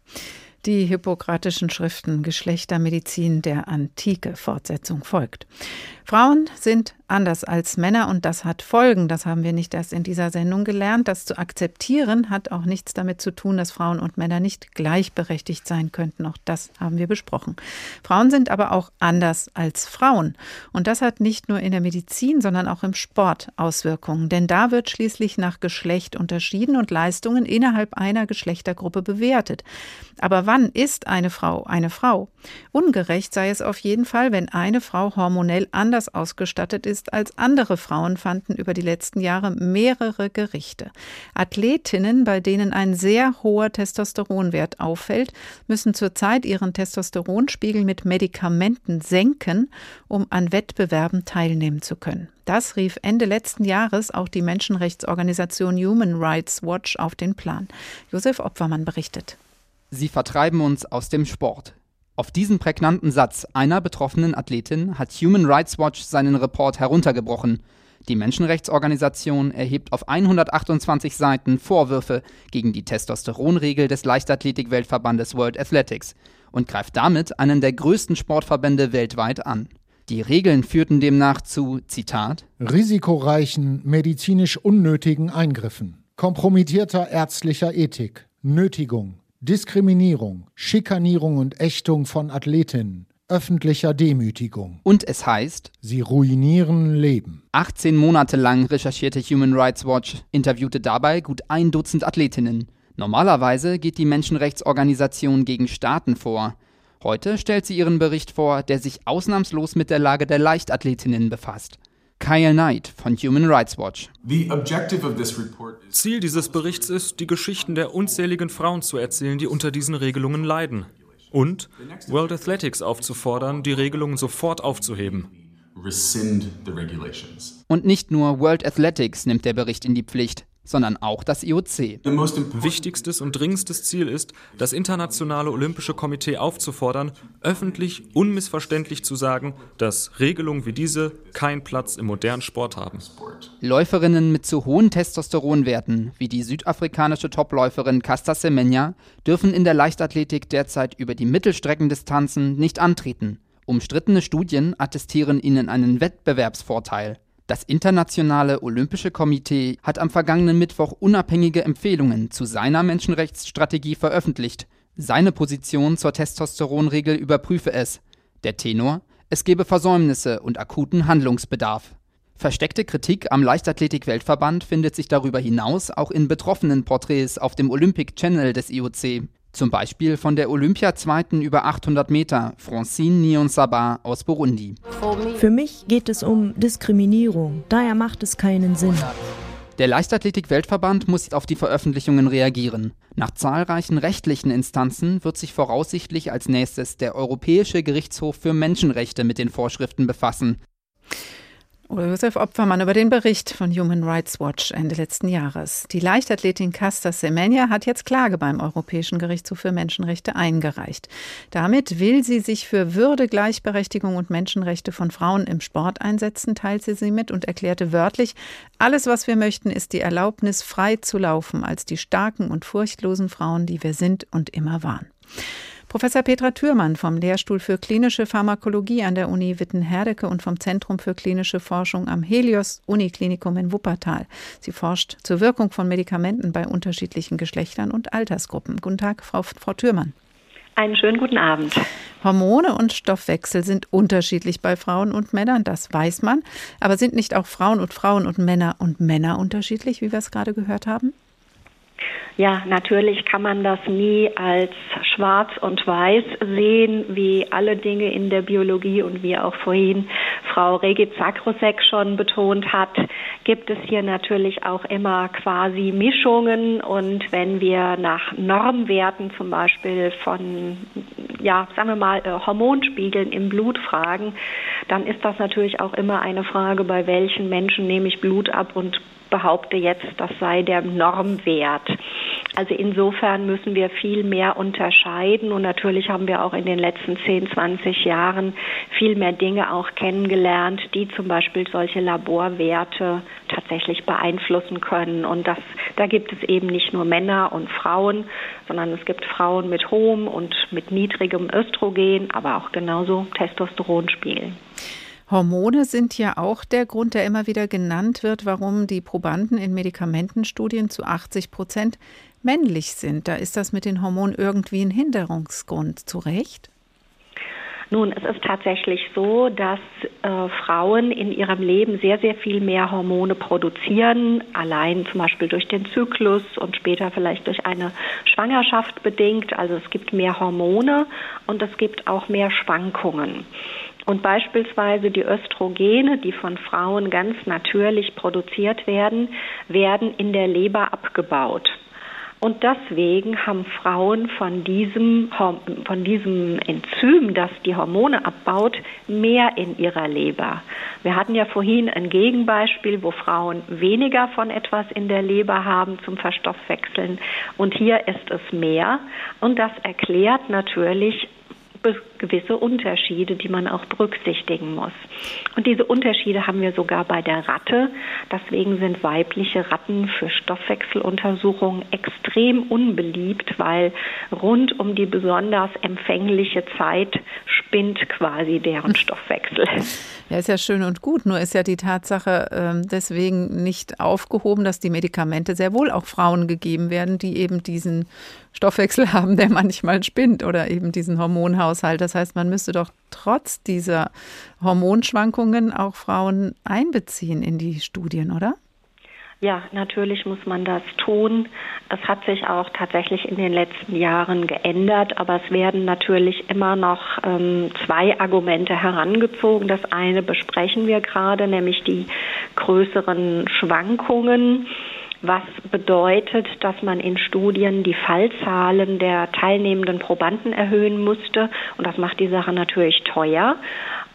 Speaker 2: Die hippokratischen Schriften Geschlechtermedizin der Antike, Fortsetzung folgt. Frauen sind anders als Männer und das hat Folgen. Das haben wir nicht erst in dieser Sendung gelernt. Das zu akzeptieren hat auch nichts damit zu tun, dass Frauen und Männer nicht gleichberechtigt sein könnten. Auch das haben wir besprochen. Frauen sind aber auch anders als Frauen. Und das hat nicht nur in der Medizin, sondern auch im Sport Auswirkungen. Denn da wird schließlich nach Geschlecht unterschieden und Leistungen innerhalb einer Geschlechtergruppe bewertet. Aber wann ist eine Frau eine Frau? Ungerecht sei es auf jeden Fall, wenn eine Frau hormonell anders ausgestattet ist als andere Frauen, fanden über die letzten Jahre mehrere Gerichte. Athletinnen, bei denen ein sehr hoher Testosteronwert auffällt, müssen zurzeit ihren Testosteronspiegel mit Medikamenten senken, um an Wettbewerben teilnehmen zu können. Das rief Ende letzten Jahres auch die Menschenrechtsorganisation Human Rights Watch auf den Plan. Josef Opfermann berichtet.
Speaker 16: Sie vertreiben uns aus dem Sport. Auf diesen prägnanten Satz einer betroffenen Athletin hat Human Rights Watch seinen Report heruntergebrochen. Die Menschenrechtsorganisation erhebt auf hundertachtundzwanzig Seiten Vorwürfe gegen die Testosteronregel des Leichtathletik-Weltverbandes World Athletics und greift damit einen der größten Sportverbände weltweit an. Die Regeln führten demnach zu, Zitat,
Speaker 17: risikoreichen, medizinisch unnötigen Eingriffen, kompromittierter ärztlicher Ethik, Nötigung, Diskriminierung, Schikanierung und Ächtung von Athletinnen, öffentlicher Demütigung.
Speaker 16: Und es heißt,
Speaker 17: sie ruinieren Leben.
Speaker 16: achtzehn Monate lang recherchierte Human Rights Watch, interviewte dabei gut ein Dutzend Athletinnen. Normalerweise geht die Menschenrechtsorganisation gegen Staaten vor. Heute stellt sie ihren Bericht vor, der sich ausnahmslos mit der Lage der Leichtathletinnen befasst. Kyle Knight von Human Rights Watch.
Speaker 18: Ziel dieses Berichts ist, die Geschichten der unzähligen Frauen zu erzählen, die unter diesen Regelungen leiden. Und World Athletics aufzufordern, die Regelungen sofort aufzuheben.
Speaker 19: rescind the regulations.
Speaker 16: Und nicht nur World Athletics nimmt der Bericht in die Pflicht, sondern auch das I O C.
Speaker 18: Wichtigstes und dringendstes Ziel ist, das Internationale Olympische Komitee aufzufordern, öffentlich unmissverständlich zu sagen, dass Regelungen wie diese keinen Platz im modernen Sport haben.
Speaker 16: Läuferinnen mit zu hohen Testosteronwerten, wie die südafrikanische Topläuferin Caster Semenya, dürfen in der Leichtathletik derzeit über die Mittelstreckendistanzen nicht antreten. Umstrittene Studien attestieren ihnen einen Wettbewerbsvorteil. Das Internationale Olympische Komitee hat am vergangenen Mittwoch unabhängige Empfehlungen zu seiner Menschenrechtsstrategie veröffentlicht. Seine Position zur Testosteronregel überprüfe es. Der Tenor: Es gebe Versäumnisse und akuten Handlungsbedarf. Versteckte Kritik am Leichtathletik-Weltverband findet sich darüber hinaus auch in betroffenen Porträts auf dem Olympic Channel des I O C. Zum Beispiel von der Olympiazweiten über achthundert Meter, Francine Niyonsaba aus Burundi.
Speaker 20: Für mich geht es um Diskriminierung, daher macht es keinen Sinn.
Speaker 16: Der Leichtathletik-Weltverband muss auf die Veröffentlichungen reagieren. Nach zahlreichen rechtlichen Instanzen wird sich voraussichtlich als nächstes der Europäische Gerichtshof für Menschenrechte mit den Vorschriften befassen.
Speaker 2: Oder Josef Opfermann über den Bericht von Human Rights Watch Ende letzten Jahres. Die Leichtathletin Caster Semenya hat jetzt Klage beim Europäischen Gerichtshof für Menschenrechte eingereicht. Damit will sie sich für Würde, Gleichberechtigung und Menschenrechte von Frauen im Sport einsetzen, teilte sie mit und erklärte wörtlich: Alles, was wir möchten, ist die Erlaubnis, frei zu laufen, als die starken und furchtlosen Frauen, die wir sind und immer waren. Professor Petra Thürmann vom Lehrstuhl für klinische Pharmakologie an der Uni Witten-Herdecke und vom Zentrum für klinische Forschung am Helios Uniklinikum in Wuppertal. Sie forscht zur Wirkung von Medikamenten bei unterschiedlichen Geschlechtern und Altersgruppen. Guten Tag, Frau, Frau Thürmann.
Speaker 21: Einen schönen guten Abend.
Speaker 2: Hormone und Stoffwechsel sind unterschiedlich bei Frauen und Männern, das weiß man. Aber sind nicht auch Frauen und Frauen und Männer und Männer unterschiedlich, wie wir es gerade gehört haben?
Speaker 21: Ja, natürlich kann man das nie als schwarz und weiß sehen, wie alle Dinge in der Biologie und wie auch vorhin Frau Regitz-Sakrosek schon betont hat, gibt es hier natürlich auch immer quasi Mischungen. Und wenn wir nach Normwerten zum Beispiel von, ja, sagen wir mal, Hormonspiegeln im Blut fragen, dann ist das natürlich auch immer eine Frage, bei welchen Menschen nehme ich Blut ab und behaupte jetzt, das sei der Normwert. Also insofern müssen wir viel mehr unterscheiden und natürlich haben wir auch in den letzten zehn, zwanzig Jahren viel mehr Dinge auch kennengelernt, die zum Beispiel solche Laborwerte tatsächlich beeinflussen können. Und das, da gibt es eben nicht nur Männer und Frauen, sondern es gibt Frauen mit hohem und mit niedrigem Östrogen, aber auch genauso Testosteronspiegel.
Speaker 2: Hormone sind ja auch der Grund, der immer wieder genannt wird, warum die Probanden in Medikamentenstudien zu achtzig Prozent männlich sind. Da ist das mit den Hormonen irgendwie ein Hinderungsgrund, zu Recht?
Speaker 21: Nun, es ist tatsächlich so, dass äh, Frauen in ihrem Leben sehr, sehr viel mehr Hormone produzieren, allein zum Beispiel durch den Zyklus und später vielleicht durch eine Schwangerschaft bedingt. Also es gibt mehr Hormone und es gibt auch mehr Schwankungen. Und beispielsweise die Östrogene, die von Frauen ganz natürlich produziert werden, werden in der Leber abgebaut. Und deswegen haben Frauen von diesem, von diesem Enzym, das die Hormone abbaut, mehr in ihrer Leber. Wir hatten ja vorhin ein Gegenbeispiel, wo Frauen weniger von etwas in der Leber haben zum Verstoffwechseln. Und hier ist es mehr. Und das erklärt natürlich gewisse Unterschiede, die man auch berücksichtigen muss. Und diese Unterschiede haben wir sogar bei der Ratte. Deswegen sind weibliche Ratten für Stoffwechseluntersuchungen extrem unbeliebt, weil rund um die besonders empfängliche Zeit spinnt quasi deren Stoffwechsel.
Speaker 2: Ja, ist ja schön und gut, nur ist ja die Tatsache äh, deswegen nicht aufgehoben, dass die Medikamente sehr wohl auch Frauen gegeben werden, die eben diesen Stoffwechsel haben, der manchmal spinnt oder eben diesen Hormonhaushalt. Das heißt, man müsste doch trotz dieser Hormonschwankungen auch Frauen einbeziehen in die Studien, oder?
Speaker 21: Ja, natürlich muss man das tun. Es hat sich auch tatsächlich in den letzten Jahren geändert, aber es werden natürlich immer noch ähm, zwei Argumente herangezogen. Das eine besprechen wir gerade, nämlich die größeren Schwankungen, was bedeutet, dass man in Studien die Fallzahlen der teilnehmenden Probanden erhöhen musste. Und das macht die Sache natürlich teuer.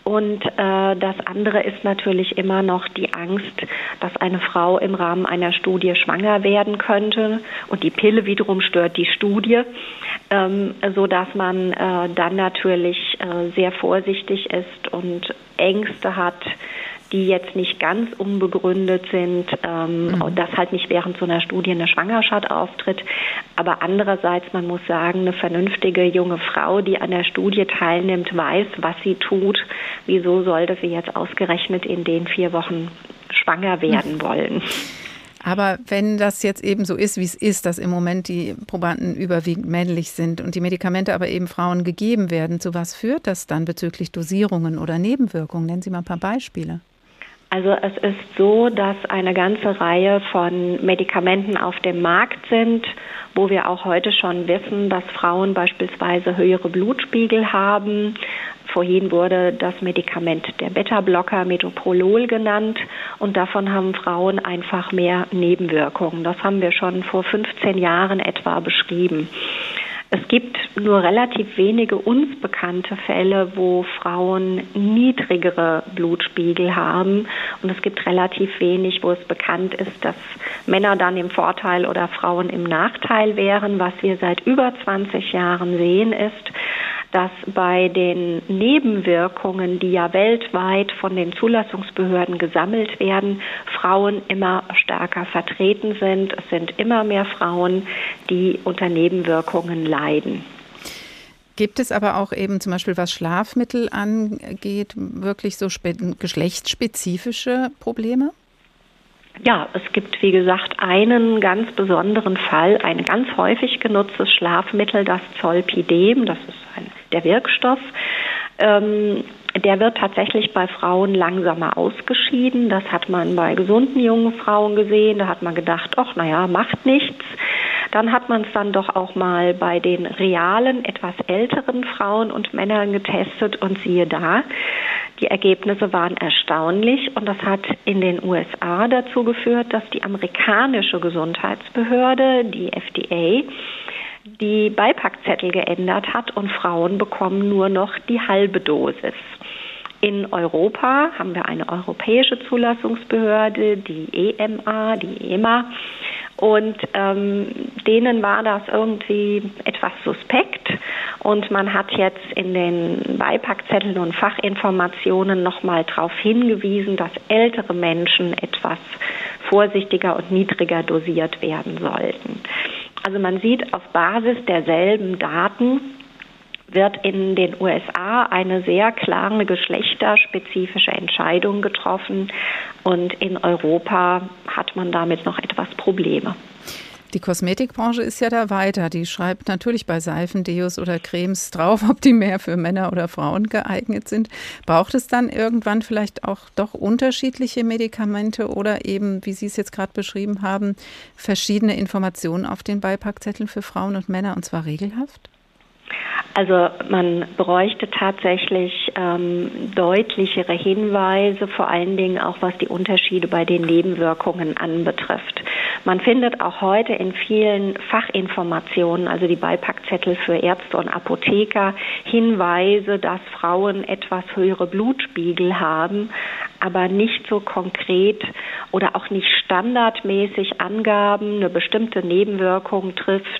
Speaker 21: Und äh, das andere ist natürlich immer noch die Angst, dass eine Frau im Rahmen einer Studie schwanger werden könnte. Und die Pille wiederum stört die Studie, ähm, sodass man äh, dann natürlich äh, sehr vorsichtig ist und Ängste hat, die jetzt nicht ganz unbegründet sind, ähm, mhm. dass halt nicht während so einer Studie eine Schwangerschaft auftritt. Aber andererseits, man muss sagen, eine vernünftige junge Frau, die an der Studie teilnimmt, weiß, was sie tut. Wieso sollte sie jetzt ausgerechnet in den vier Wochen schwanger werden mhm. wollen?
Speaker 2: Aber wenn das jetzt eben so ist, wie es ist, dass im Moment die Probanden überwiegend männlich sind und die Medikamente aber eben Frauen gegeben werden, zu was führt das dann bezüglich Dosierungen oder Nebenwirkungen? Nennen Sie mal ein paar Beispiele.
Speaker 21: Also es ist so, dass eine ganze Reihe von Medikamenten auf dem Markt sind, wo wir auch heute schon wissen, dass Frauen beispielsweise höhere Blutspiegel haben. Vorhin wurde das Medikament der Beta-Blocker Metoprolol genannt und davon haben Frauen einfach mehr Nebenwirkungen. Das haben wir schon vor fünfzehn Jahren etwa beschrieben. Es gibt nur relativ wenige uns bekannte Fälle, wo Frauen niedrigere Blutspiegel haben. Und es gibt relativ wenig, wo es bekannt ist, dass Männer dann im Vorteil oder Frauen im Nachteil wären. Was wir seit über zwanzig Jahren sehen, ist, dass bei den Nebenwirkungen, die ja weltweit von den Zulassungsbehörden gesammelt werden, Frauen immer stärker vertreten sind. Es sind immer mehr Frauen, die unter Nebenwirkungen leiden.
Speaker 2: Gibt es aber auch eben zum Beispiel, was Schlafmittel angeht, wirklich so spe- geschlechtsspezifische Probleme?
Speaker 21: Ja, es gibt, wie gesagt, einen ganz besonderen Fall, ein ganz häufig genutztes Schlafmittel, das Zolpidem, das ist ein, der Wirkstoff. Ähm, der wird tatsächlich bei Frauen langsamer ausgeschieden. Das hat man bei gesunden jungen Frauen gesehen. Da hat man gedacht, ach, naja, macht nichts. Dann hat man es dann doch auch mal bei den realen, etwas älteren Frauen und Männern getestet und siehe da, die Ergebnisse waren erstaunlich und das hat in den U S A dazu geführt, dass die amerikanische Gesundheitsbehörde, die F D A, die Beipackzettel geändert hat und Frauen bekommen nur noch die halbe Dosis. In Europa haben wir eine europäische Zulassungsbehörde, die E M A, die E M A. Und ähm, denen war das irgendwie etwas suspekt. Und man hat jetzt in den Beipackzetteln und Fachinformationen nochmal darauf hingewiesen, dass ältere Menschen etwas vorsichtiger und niedriger dosiert werden sollten. Also man sieht, auf Basis derselben Daten wird in den U S A eine sehr klare geschlechterspezifische Entscheidung getroffen und in Europa hat man damit noch etwas Probleme.
Speaker 2: Die Kosmetikbranche ist ja da weiter. Die schreibt natürlich bei Seifen, Deos oder Cremes drauf, ob die mehr für Männer oder Frauen geeignet sind. Braucht es dann irgendwann vielleicht auch doch unterschiedliche Medikamente oder eben, wie Sie es jetzt gerade beschrieben haben, verschiedene Informationen auf den Beipackzetteln für Frauen und Männer und zwar regelhaft?
Speaker 21: Also man bräuchte tatsächlich ähm, deutlichere Hinweise, vor allen Dingen auch was die Unterschiede bei den Nebenwirkungen anbetrifft. Man findet auch heute in vielen Fachinformationen, also die Beipackzettel für Ärzte und Apotheker, Hinweise, dass Frauen etwas höhere Blutspiegel haben, aber nicht so konkret oder auch nicht standardmäßig Angaben, eine bestimmte Nebenwirkung trifft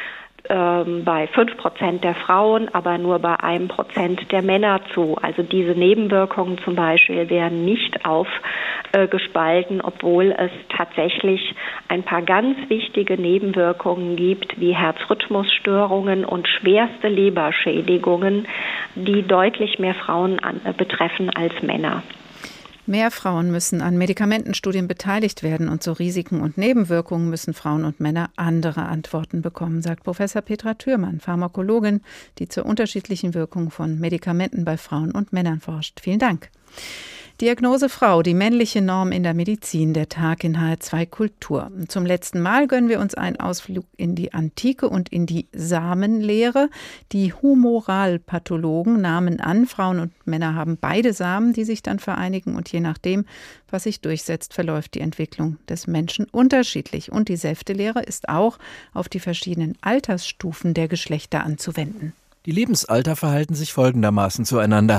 Speaker 21: bei fünf Prozent der Frauen, aber nur bei einem Prozent der Männer zu. Also diese Nebenwirkungen zum Beispiel werden nicht aufgespalten, obwohl es tatsächlich ein paar ganz wichtige Nebenwirkungen gibt, wie Herzrhythmusstörungen und schwerste Leberschädigungen, die deutlich mehr Frauen betreffen als Männer.
Speaker 2: Mehr Frauen müssen an Medikamentenstudien beteiligt werden und zu Risiken und Nebenwirkungen müssen Frauen und Männer andere Antworten bekommen, sagt Professor Petra Thürmann, Pharmakologin, die zur unterschiedlichen Wirkung von Medikamenten bei Frauen und Männern forscht. Vielen Dank. Diagnose Frau, die männliche Norm in der Medizin, der Tag in H R zwei Kultur. Zum letzten Mal gönnen wir uns einen Ausflug in die Antike und in die Samenlehre. Die Humoralpathologen nahmen an, Frauen und Männer haben beide Samen, die sich dann vereinigen und je nachdem, was sich durchsetzt, verläuft die Entwicklung des Menschen unterschiedlich. Und die Säftelehre ist auch auf die verschiedenen Altersstufen der Geschlechter anzuwenden.
Speaker 12: Die Lebensalter verhalten sich folgendermaßen zueinander.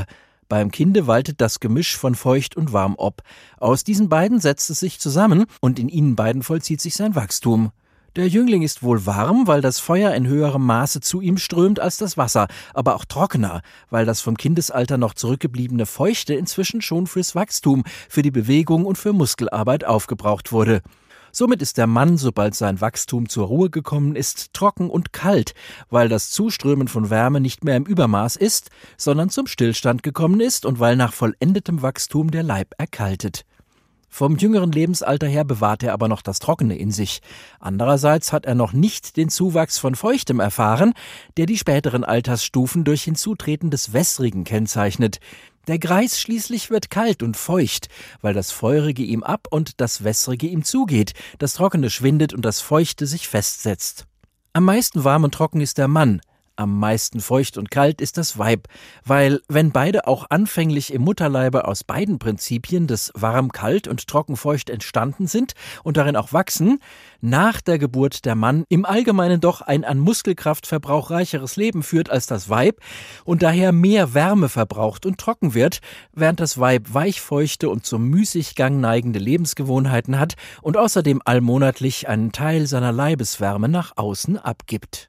Speaker 12: Beim Kinde waltet das Gemisch von feucht und warm ob. Aus diesen beiden setzt es sich zusammen und in ihnen beiden vollzieht sich sein Wachstum. Der Jüngling ist wohl warm, weil das Feuer in höherem Maße zu ihm strömt als das Wasser, aber auch trockener, weil das vom Kindesalter noch zurückgebliebene Feuchte inzwischen schon fürs Wachstum, für die Bewegung und für Muskelarbeit aufgebraucht wurde. Somit ist der Mann, sobald sein Wachstum zur Ruhe gekommen ist, trocken und kalt, weil das Zuströmen von Wärme nicht mehr im Übermaß ist, sondern zum Stillstand gekommen ist und weil nach vollendetem Wachstum der Leib erkaltet. Vom jüngeren Lebensalter her bewahrt er aber noch das Trockene in sich. Andererseits hat er noch nicht den Zuwachs von Feuchtem erfahren, der die späteren Altersstufen durch Hinzutreten des Wässrigen kennzeichnet. Der Greis schließlich wird kalt und feucht, weil das Feurige ihm ab und das Wässrige ihm zugeht, das Trockene schwindet und das Feuchte sich festsetzt. Am meisten warm und trocken ist der Mann, am meisten feucht und kalt ist das Weib, weil, wenn beide auch anfänglich im Mutterleibe aus beiden Prinzipien des warm-kalt und trocken-feucht entstanden sind und darin auch wachsen, nach der Geburt der Mann im Allgemeinen doch ein an Muskelkraftverbrauch reicheres Leben führt als das Weib und daher mehr Wärme verbraucht und trocken wird, während das Weib weichfeuchte und zum Müßiggang neigende Lebensgewohnheiten hat und außerdem allmonatlich einen Teil seiner Leibeswärme nach außen abgibt.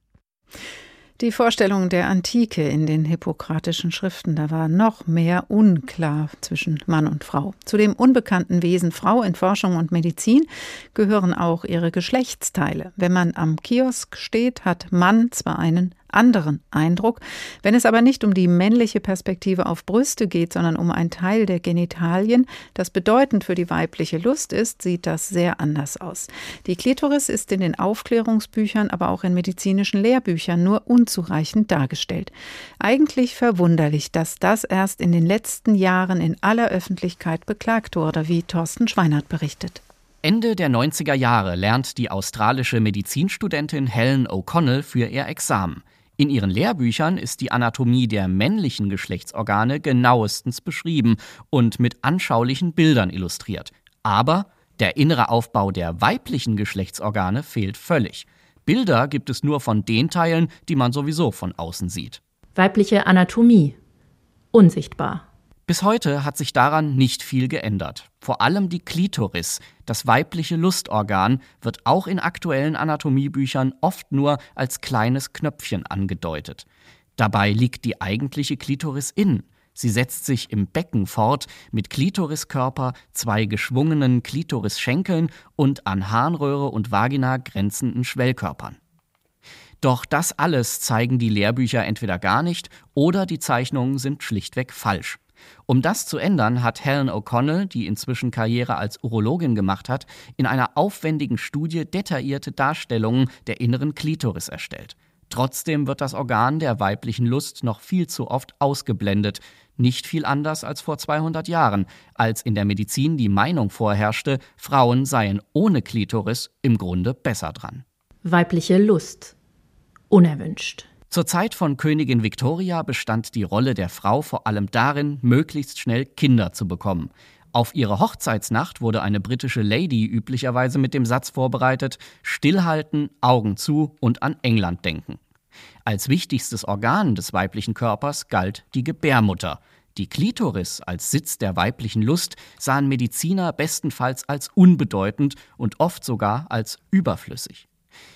Speaker 2: Die Vorstellung der Antike in den hippokratischen Schriften, da war noch mehr unklar zwischen Mann und Frau. Zu dem unbekannten Wesen Frau in Forschung und Medizin gehören auch ihre Geschlechtsteile. Wenn man am Kiosk steht, hat Mann zwar einen anderen Eindruck. Wenn es aber nicht um die männliche Perspektive auf Brüste geht, sondern um ein Teil der Genitalien, das bedeutend für die weibliche Lust ist, sieht das sehr anders aus. Die Klitoris ist in den Aufklärungsbüchern, aber auch in medizinischen Lehrbüchern nur unzureichend dargestellt. Eigentlich verwunderlich, dass das erst in den letzten Jahren in aller Öffentlichkeit beklagt wurde, wie Thorsten Schweinert berichtet.
Speaker 1: Ende der neunziger Jahre lernt die australische Medizinstudentin Helen O'Connell für ihr Examen. In ihren Lehrbüchern ist die Anatomie der männlichen Geschlechtsorgane genauestens beschrieben und mit anschaulichen Bildern illustriert. Aber der innere Aufbau der weiblichen Geschlechtsorgane fehlt völlig. Bilder gibt es nur von den Teilen, die man sowieso von außen sieht.
Speaker 22: Weibliche Anatomie. Unsichtbar.
Speaker 1: Bis heute hat sich daran nicht viel geändert. Vor allem die Klitoris, das weibliche Lustorgan, wird auch in aktuellen Anatomiebüchern oft nur als kleines Knöpfchen angedeutet. Dabei liegt die eigentliche Klitoris innen. Sie setzt sich im Becken fort mit Klitoriskörper, zwei geschwungenen Klitorisschenkeln und an Harnröhre und Vagina grenzenden Schwellkörpern. Doch das alles zeigen die Lehrbücher entweder gar nicht oder die Zeichnungen sind schlichtweg falsch. Um das zu ändern, hat Helen O'Connell, die inzwischen Karriere als Urologin gemacht hat, in einer aufwendigen Studie detaillierte Darstellungen der inneren Klitoris erstellt. Trotzdem wird das Organ der weiblichen Lust noch viel zu oft ausgeblendet. Nicht viel anders als vor zweihundert Jahren, als in der Medizin die Meinung vorherrschte, Frauen seien ohne Klitoris im Grunde besser dran.
Speaker 22: Weibliche Lust. Unerwünscht.
Speaker 1: Zur Zeit von Königin Victoria bestand die Rolle der Frau vor allem darin, möglichst schnell Kinder zu bekommen. Auf ihre Hochzeitsnacht wurde eine britische Lady üblicherweise mit dem Satz vorbereitet: Stillhalten, Augen zu und an England denken. Als wichtigstes Organ des weiblichen Körpers galt die Gebärmutter. Die Klitoris als Sitz der weiblichen Lust sahen Mediziner bestenfalls als unbedeutend und oft sogar als überflüssig.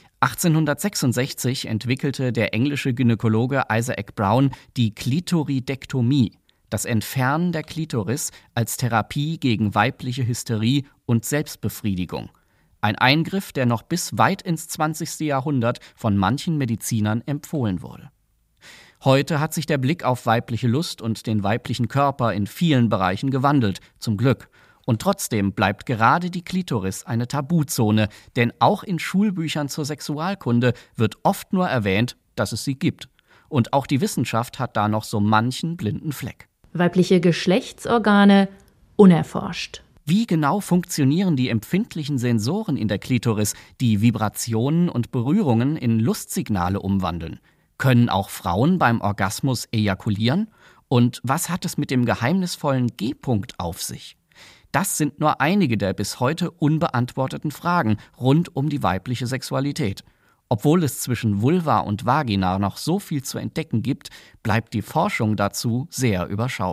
Speaker 1: achtzehnhundertsechsundsechzig entwickelte der englische Gynäkologe Isaac Brown die Klitoridektomie, das Entfernen der Klitoris als Therapie gegen weibliche Hysterie und Selbstbefriedigung. Ein Eingriff, der noch bis weit ins zwanzigste Jahrhundert von manchen Medizinern empfohlen wurde. Heute hat sich der Blick auf weibliche Lust und den weiblichen Körper in vielen Bereichen gewandelt, zum Glück. Und trotzdem bleibt gerade die Klitoris eine Tabuzone, denn auch in Schulbüchern zur Sexualkunde wird oft nur erwähnt, dass es sie gibt. Und auch die Wissenschaft hat da noch so manchen blinden Fleck.
Speaker 22: Weibliche Geschlechtsorgane unerforscht.
Speaker 1: Wie genau funktionieren die empfindlichen Sensoren in der Klitoris, die Vibrationen und Berührungen in Lustsignale umwandeln? Können auch Frauen beim Orgasmus ejakulieren? Und was hat es mit dem geheimnisvollen G-Punkt auf sich? Das sind nur einige der bis heute unbeantworteten Fragen rund um die weibliche Sexualität. Obwohl es zwischen Vulva und Vagina noch so viel zu entdecken gibt, bleibt die Forschung dazu sehr überschaubar.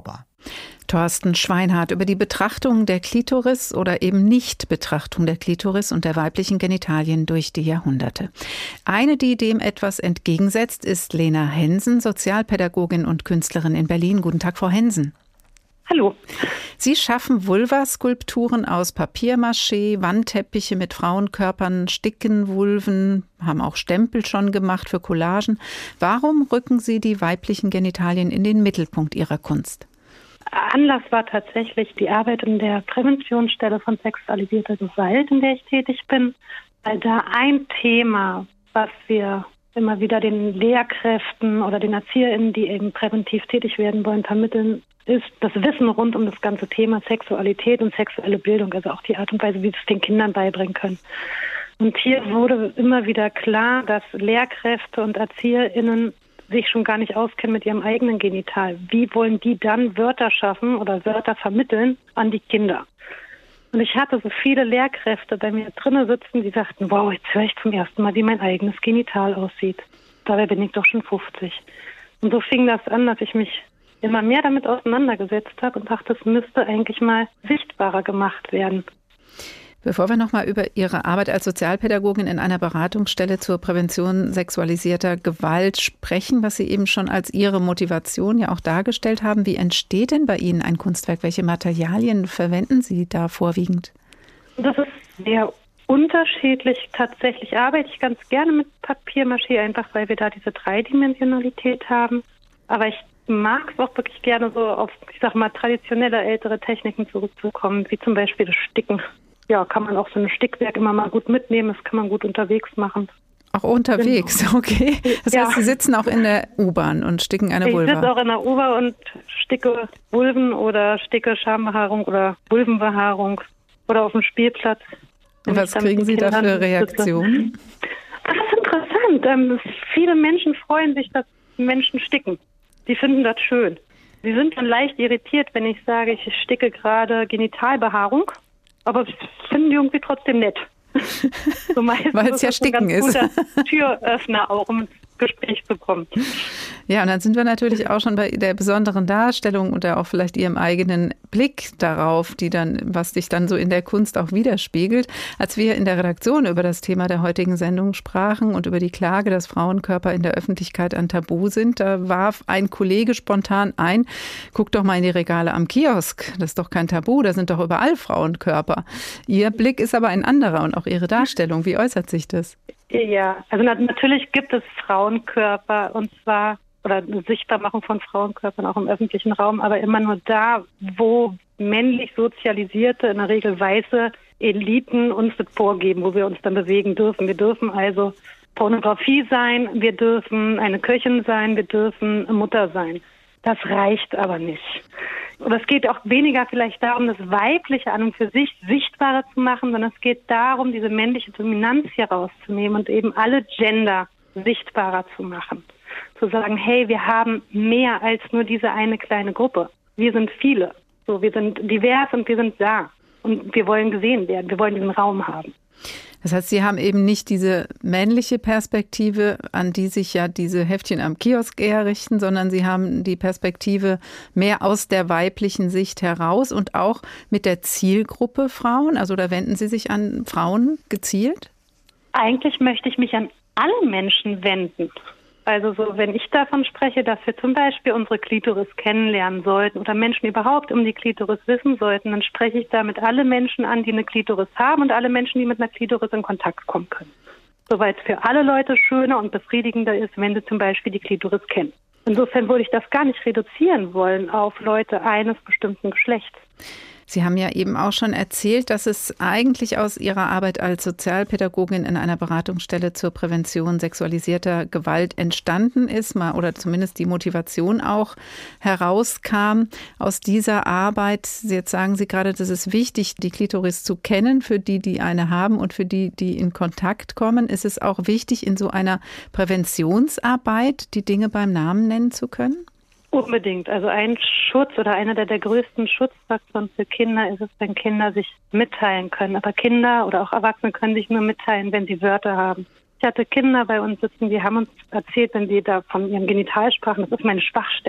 Speaker 2: Thorsten Schweinhardt über die Betrachtung der Klitoris oder eben Nicht-Betrachtung der Klitoris und der weiblichen Genitalien durch die Jahrhunderte. Eine, die dem etwas entgegensetzt, ist Lena Hensen, Sozialpädagogin und Künstlerin in Berlin. Guten Tag, Frau Hensen.
Speaker 3: Hallo.
Speaker 2: Sie schaffen Vulvaskulpturen aus Papiermaché, Wandteppiche mit Frauenkörpern, sticken Vulven, haben auch Stempel schon gemacht für Collagen. Warum rücken Sie die weiblichen Genitalien in den Mittelpunkt Ihrer Kunst?
Speaker 3: Anlass war tatsächlich die Arbeit in der Präventionsstelle von sexualisierter Gewalt, in der ich tätig bin, weil da ein Thema, was wir immer wieder den Lehrkräften oder den ErzieherInnen, die eben präventiv tätig werden wollen, vermitteln, ist das Wissen rund um das ganze Thema Sexualität und sexuelle Bildung, also auch die Art und Weise, wie wir es den Kindern beibringen können. Und hier wurde immer wieder klar, dass Lehrkräfte und ErzieherInnen sich schon gar nicht auskennen mit ihrem eigenen Genital. Wie wollen die dann Wörter schaffen oder Wörter vermitteln an die Kinder? Und ich hatte so viele Lehrkräfte bei mir drinnen sitzen, die sagten, wow, jetzt höre ich zum ersten Mal, wie mein eigenes Genital aussieht. Dabei bin ich doch schon fünfzig. Und so fing das an, dass ich mich immer mehr damit auseinandergesetzt habe und dachte, es müsste eigentlich mal sichtbarer gemacht werden.
Speaker 2: Bevor wir noch mal über Ihre Arbeit als Sozialpädagogin in einer Beratungsstelle zur Prävention sexualisierter Gewalt sprechen, was Sie eben schon als Ihre Motivation ja auch dargestellt haben, wie entsteht denn bei Ihnen ein Kunstwerk? Welche Materialien verwenden Sie da vorwiegend?
Speaker 3: Das ist sehr unterschiedlich. Tatsächlich arbeite ich ganz gerne mit Papiermaché, einfach weil wir da diese Dreidimensionalität haben. Aber ich mag es auch wirklich gerne so auf, ich sag mal, traditionelle ältere Techniken zurückzukommen, wie zum Beispiel das Sticken. Ja, kann man auch so ein Stickwerk immer mal gut mitnehmen, das kann man gut unterwegs machen.
Speaker 2: Auch unterwegs, genau. Okay. Das ja. heißt, Sie sitzen auch in der U-Bahn und sticken eine Vulva?
Speaker 3: Ich sitze auch in der U-Bahn und sticke Vulven oder sticke Schambehaarung oder Vulvenbehaarung oder auf dem Spielplatz.
Speaker 2: Und was kriegen Sie da für Reaktionen?
Speaker 3: Das ist interessant. Ähm, viele Menschen freuen sich, dass Menschen sticken. Die finden das schön. Sie sind dann leicht irritiert, wenn ich sage, ich sticke gerade Genitalbehaarung. Aber das finden die irgendwie trotzdem nett. So
Speaker 2: weil es ja Sticken ist.
Speaker 3: Ein guter Türöffner auch, um ins Gespräch zu kommen.
Speaker 2: Ja, und dann sind wir natürlich auch schon bei der besonderen Darstellung oder auch vielleicht Ihrem eigenen Blick darauf, die dann, was sich dann so in der Kunst auch widerspiegelt. Als wir in der Redaktion über das Thema der heutigen Sendung sprachen und über die Klage, dass Frauenkörper in der Öffentlichkeit ein Tabu sind, da warf ein Kollege spontan ein, guck doch mal in die Regale am Kiosk, das ist doch kein Tabu, da sind doch überall Frauenkörper. Ihr Blick ist aber ein anderer und auch Ihre Darstellung. Wie äußert sich das?
Speaker 3: Ja, also natürlich gibt es Frauenkörper und zwar oder eine Sichtbarmachung von Frauenkörpern auch im öffentlichen Raum, aber immer nur da, wo männlich sozialisierte, in der Regel weiße Eliten uns das vorgeben, wo wir uns dann bewegen dürfen. Wir dürfen also Pornografie sein, wir dürfen eine Köchin sein, wir dürfen Mutter sein. Das reicht aber nicht. Und es geht auch weniger vielleicht darum, das Weibliche an und für sich sichtbarer zu machen, sondern es geht darum, diese männliche Dominanz hier rauszunehmen und eben alle Gender sichtbarer zu machen. Zu sagen, hey, wir haben mehr als nur diese eine kleine Gruppe. Wir sind viele. So, wir sind divers und wir sind da. Und wir wollen gesehen werden. Wir wollen diesen Raum haben.
Speaker 2: Das heißt, Sie haben eben nicht diese männliche Perspektive, an die sich ja diese Heftchen am Kiosk eher richten, sondern Sie haben die Perspektive mehr aus der weiblichen Sicht heraus und auch mit der Zielgruppe Frauen. Also da wenden Sie sich an Frauen gezielt?
Speaker 3: Eigentlich möchte ich mich an alle Menschen wenden. Also so, wenn ich davon spreche, dass wir zum Beispiel unsere Klitoris kennenlernen sollten oder Menschen überhaupt um die Klitoris wissen sollten, dann spreche ich damit alle Menschen an, die eine Klitoris haben und alle Menschen, die mit einer Klitoris in Kontakt kommen können. Soweit es für alle Leute schöner und befriedigender ist, wenn sie zum Beispiel die Klitoris kennen. Insofern würde ich das gar nicht reduzieren wollen auf Leute eines bestimmten Geschlechts.
Speaker 2: Sie haben ja eben auch schon erzählt, dass es eigentlich aus Ihrer Arbeit als Sozialpädagogin in einer Beratungsstelle zur Prävention sexualisierter Gewalt entstanden ist, mal oder zumindest die Motivation auch herauskam aus dieser Arbeit. Jetzt sagen Sie gerade, das ist wichtig, die Klitoris zu kennen, für die, die eine haben und für die, die in Kontakt kommen. Ist es auch wichtig, in so einer Präventionsarbeit die Dinge beim Namen nennen zu können?
Speaker 3: Unbedingt. Also ein Schutz oder einer der, der größten Schutzfaktoren für Kinder ist es, wenn Kinder sich mitteilen können. Aber Kinder oder auch Erwachsene können sich nur mitteilen, wenn sie Wörter haben. Ich hatte Kinder bei uns sitzen, die haben uns erzählt, wenn sie da von ihrem Genital sprachen, das ist meine Schwachstelle.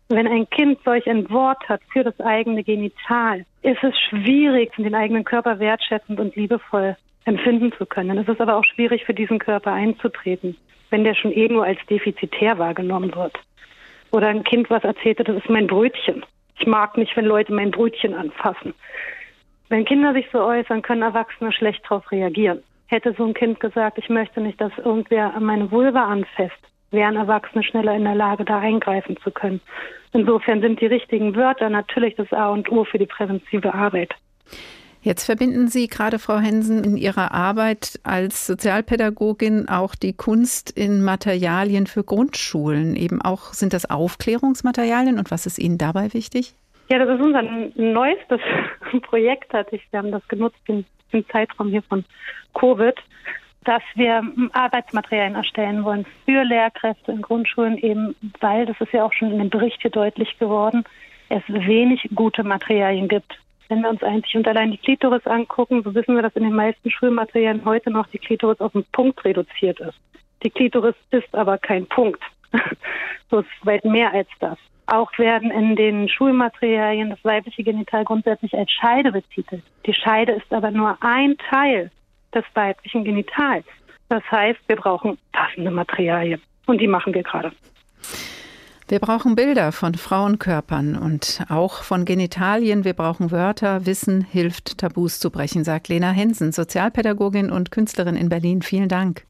Speaker 3: Wenn ein Kind solch ein Wort hat für das eigene Genital, ist es schwierig, den eigenen Körper wertschätzend und liebevoll empfinden zu können. Es ist aber auch schwierig, für diesen Körper einzutreten, wenn der schon eh nur als defizitär wahrgenommen wird. Oder ein Kind, was erzählte, das ist mein Brötchen. Ich mag nicht, wenn Leute mein Brötchen anfassen. Wenn Kinder sich so äußern, können Erwachsene schlecht darauf reagieren. Hätte so ein Kind gesagt, ich möchte nicht, dass irgendwer an meine Vulva anfasst, wären Erwachsene schneller in der Lage, da eingreifen zu können. Insofern sind die richtigen Wörter natürlich das A und O für die präventive Arbeit.
Speaker 2: Jetzt verbinden Sie gerade, Frau Hensen, in Ihrer Arbeit als Sozialpädagogin auch die Kunst in Materialien für Grundschulen. Eben auch, sind das Aufklärungsmaterialien und was ist Ihnen dabei wichtig?
Speaker 3: Ja, das ist unser neuestes Projekt. Wir haben das genutzt im, im Zeitraum hier von Covid, dass wir Arbeitsmaterialien erstellen wollen für Lehrkräfte in Grundschulen, eben weil, das ist ja auch schon in dem Bericht hier deutlich geworden, es wenig gute Materialien gibt. Wenn wir uns einzig und allein die Klitoris angucken, so wissen wir, dass in den meisten Schulmaterialien heute noch die Klitoris auf einen Punkt reduziert ist. Die Klitoris ist aber kein Punkt. So ist weit mehr als das. Auch werden in den Schulmaterialien das weibliche Genital grundsätzlich als Scheide betitelt. Die Scheide ist aber nur ein Teil des weiblichen Genitals. Das heißt, wir brauchen passende Materialien. Und die machen wir gerade.
Speaker 2: Wir brauchen Bilder von Frauenkörpern und auch von Genitalien. Wir brauchen Wörter. Wissen hilft, Tabus zu brechen, sagt Lena Hensen, Sozialpädagogin und Künstlerin in Berlin. Vielen Dank.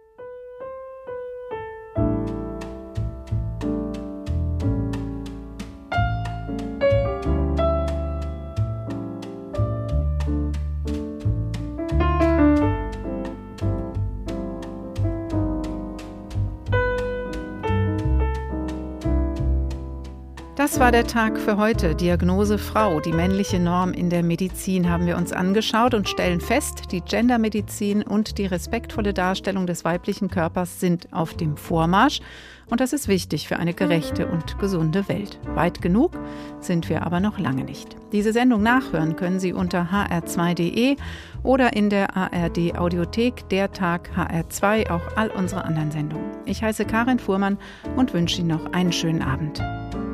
Speaker 2: Das war der Tag für heute. Diagnose Frau, die männliche Norm in der Medizin haben wir uns angeschaut und stellen fest, die Gendermedizin und die respektvolle Darstellung des weiblichen Körpers sind auf dem Vormarsch. Und das ist wichtig für eine gerechte und gesunde Welt. Weit genug sind wir aber noch lange nicht. Diese Sendung nachhören können Sie unter h r zwei punkt d e oder in der A R D Audiothek, der Tag, H R zwei, auch all unsere anderen Sendungen. Ich heiße Karin Fuhrmann und wünsche Ihnen noch einen schönen Abend.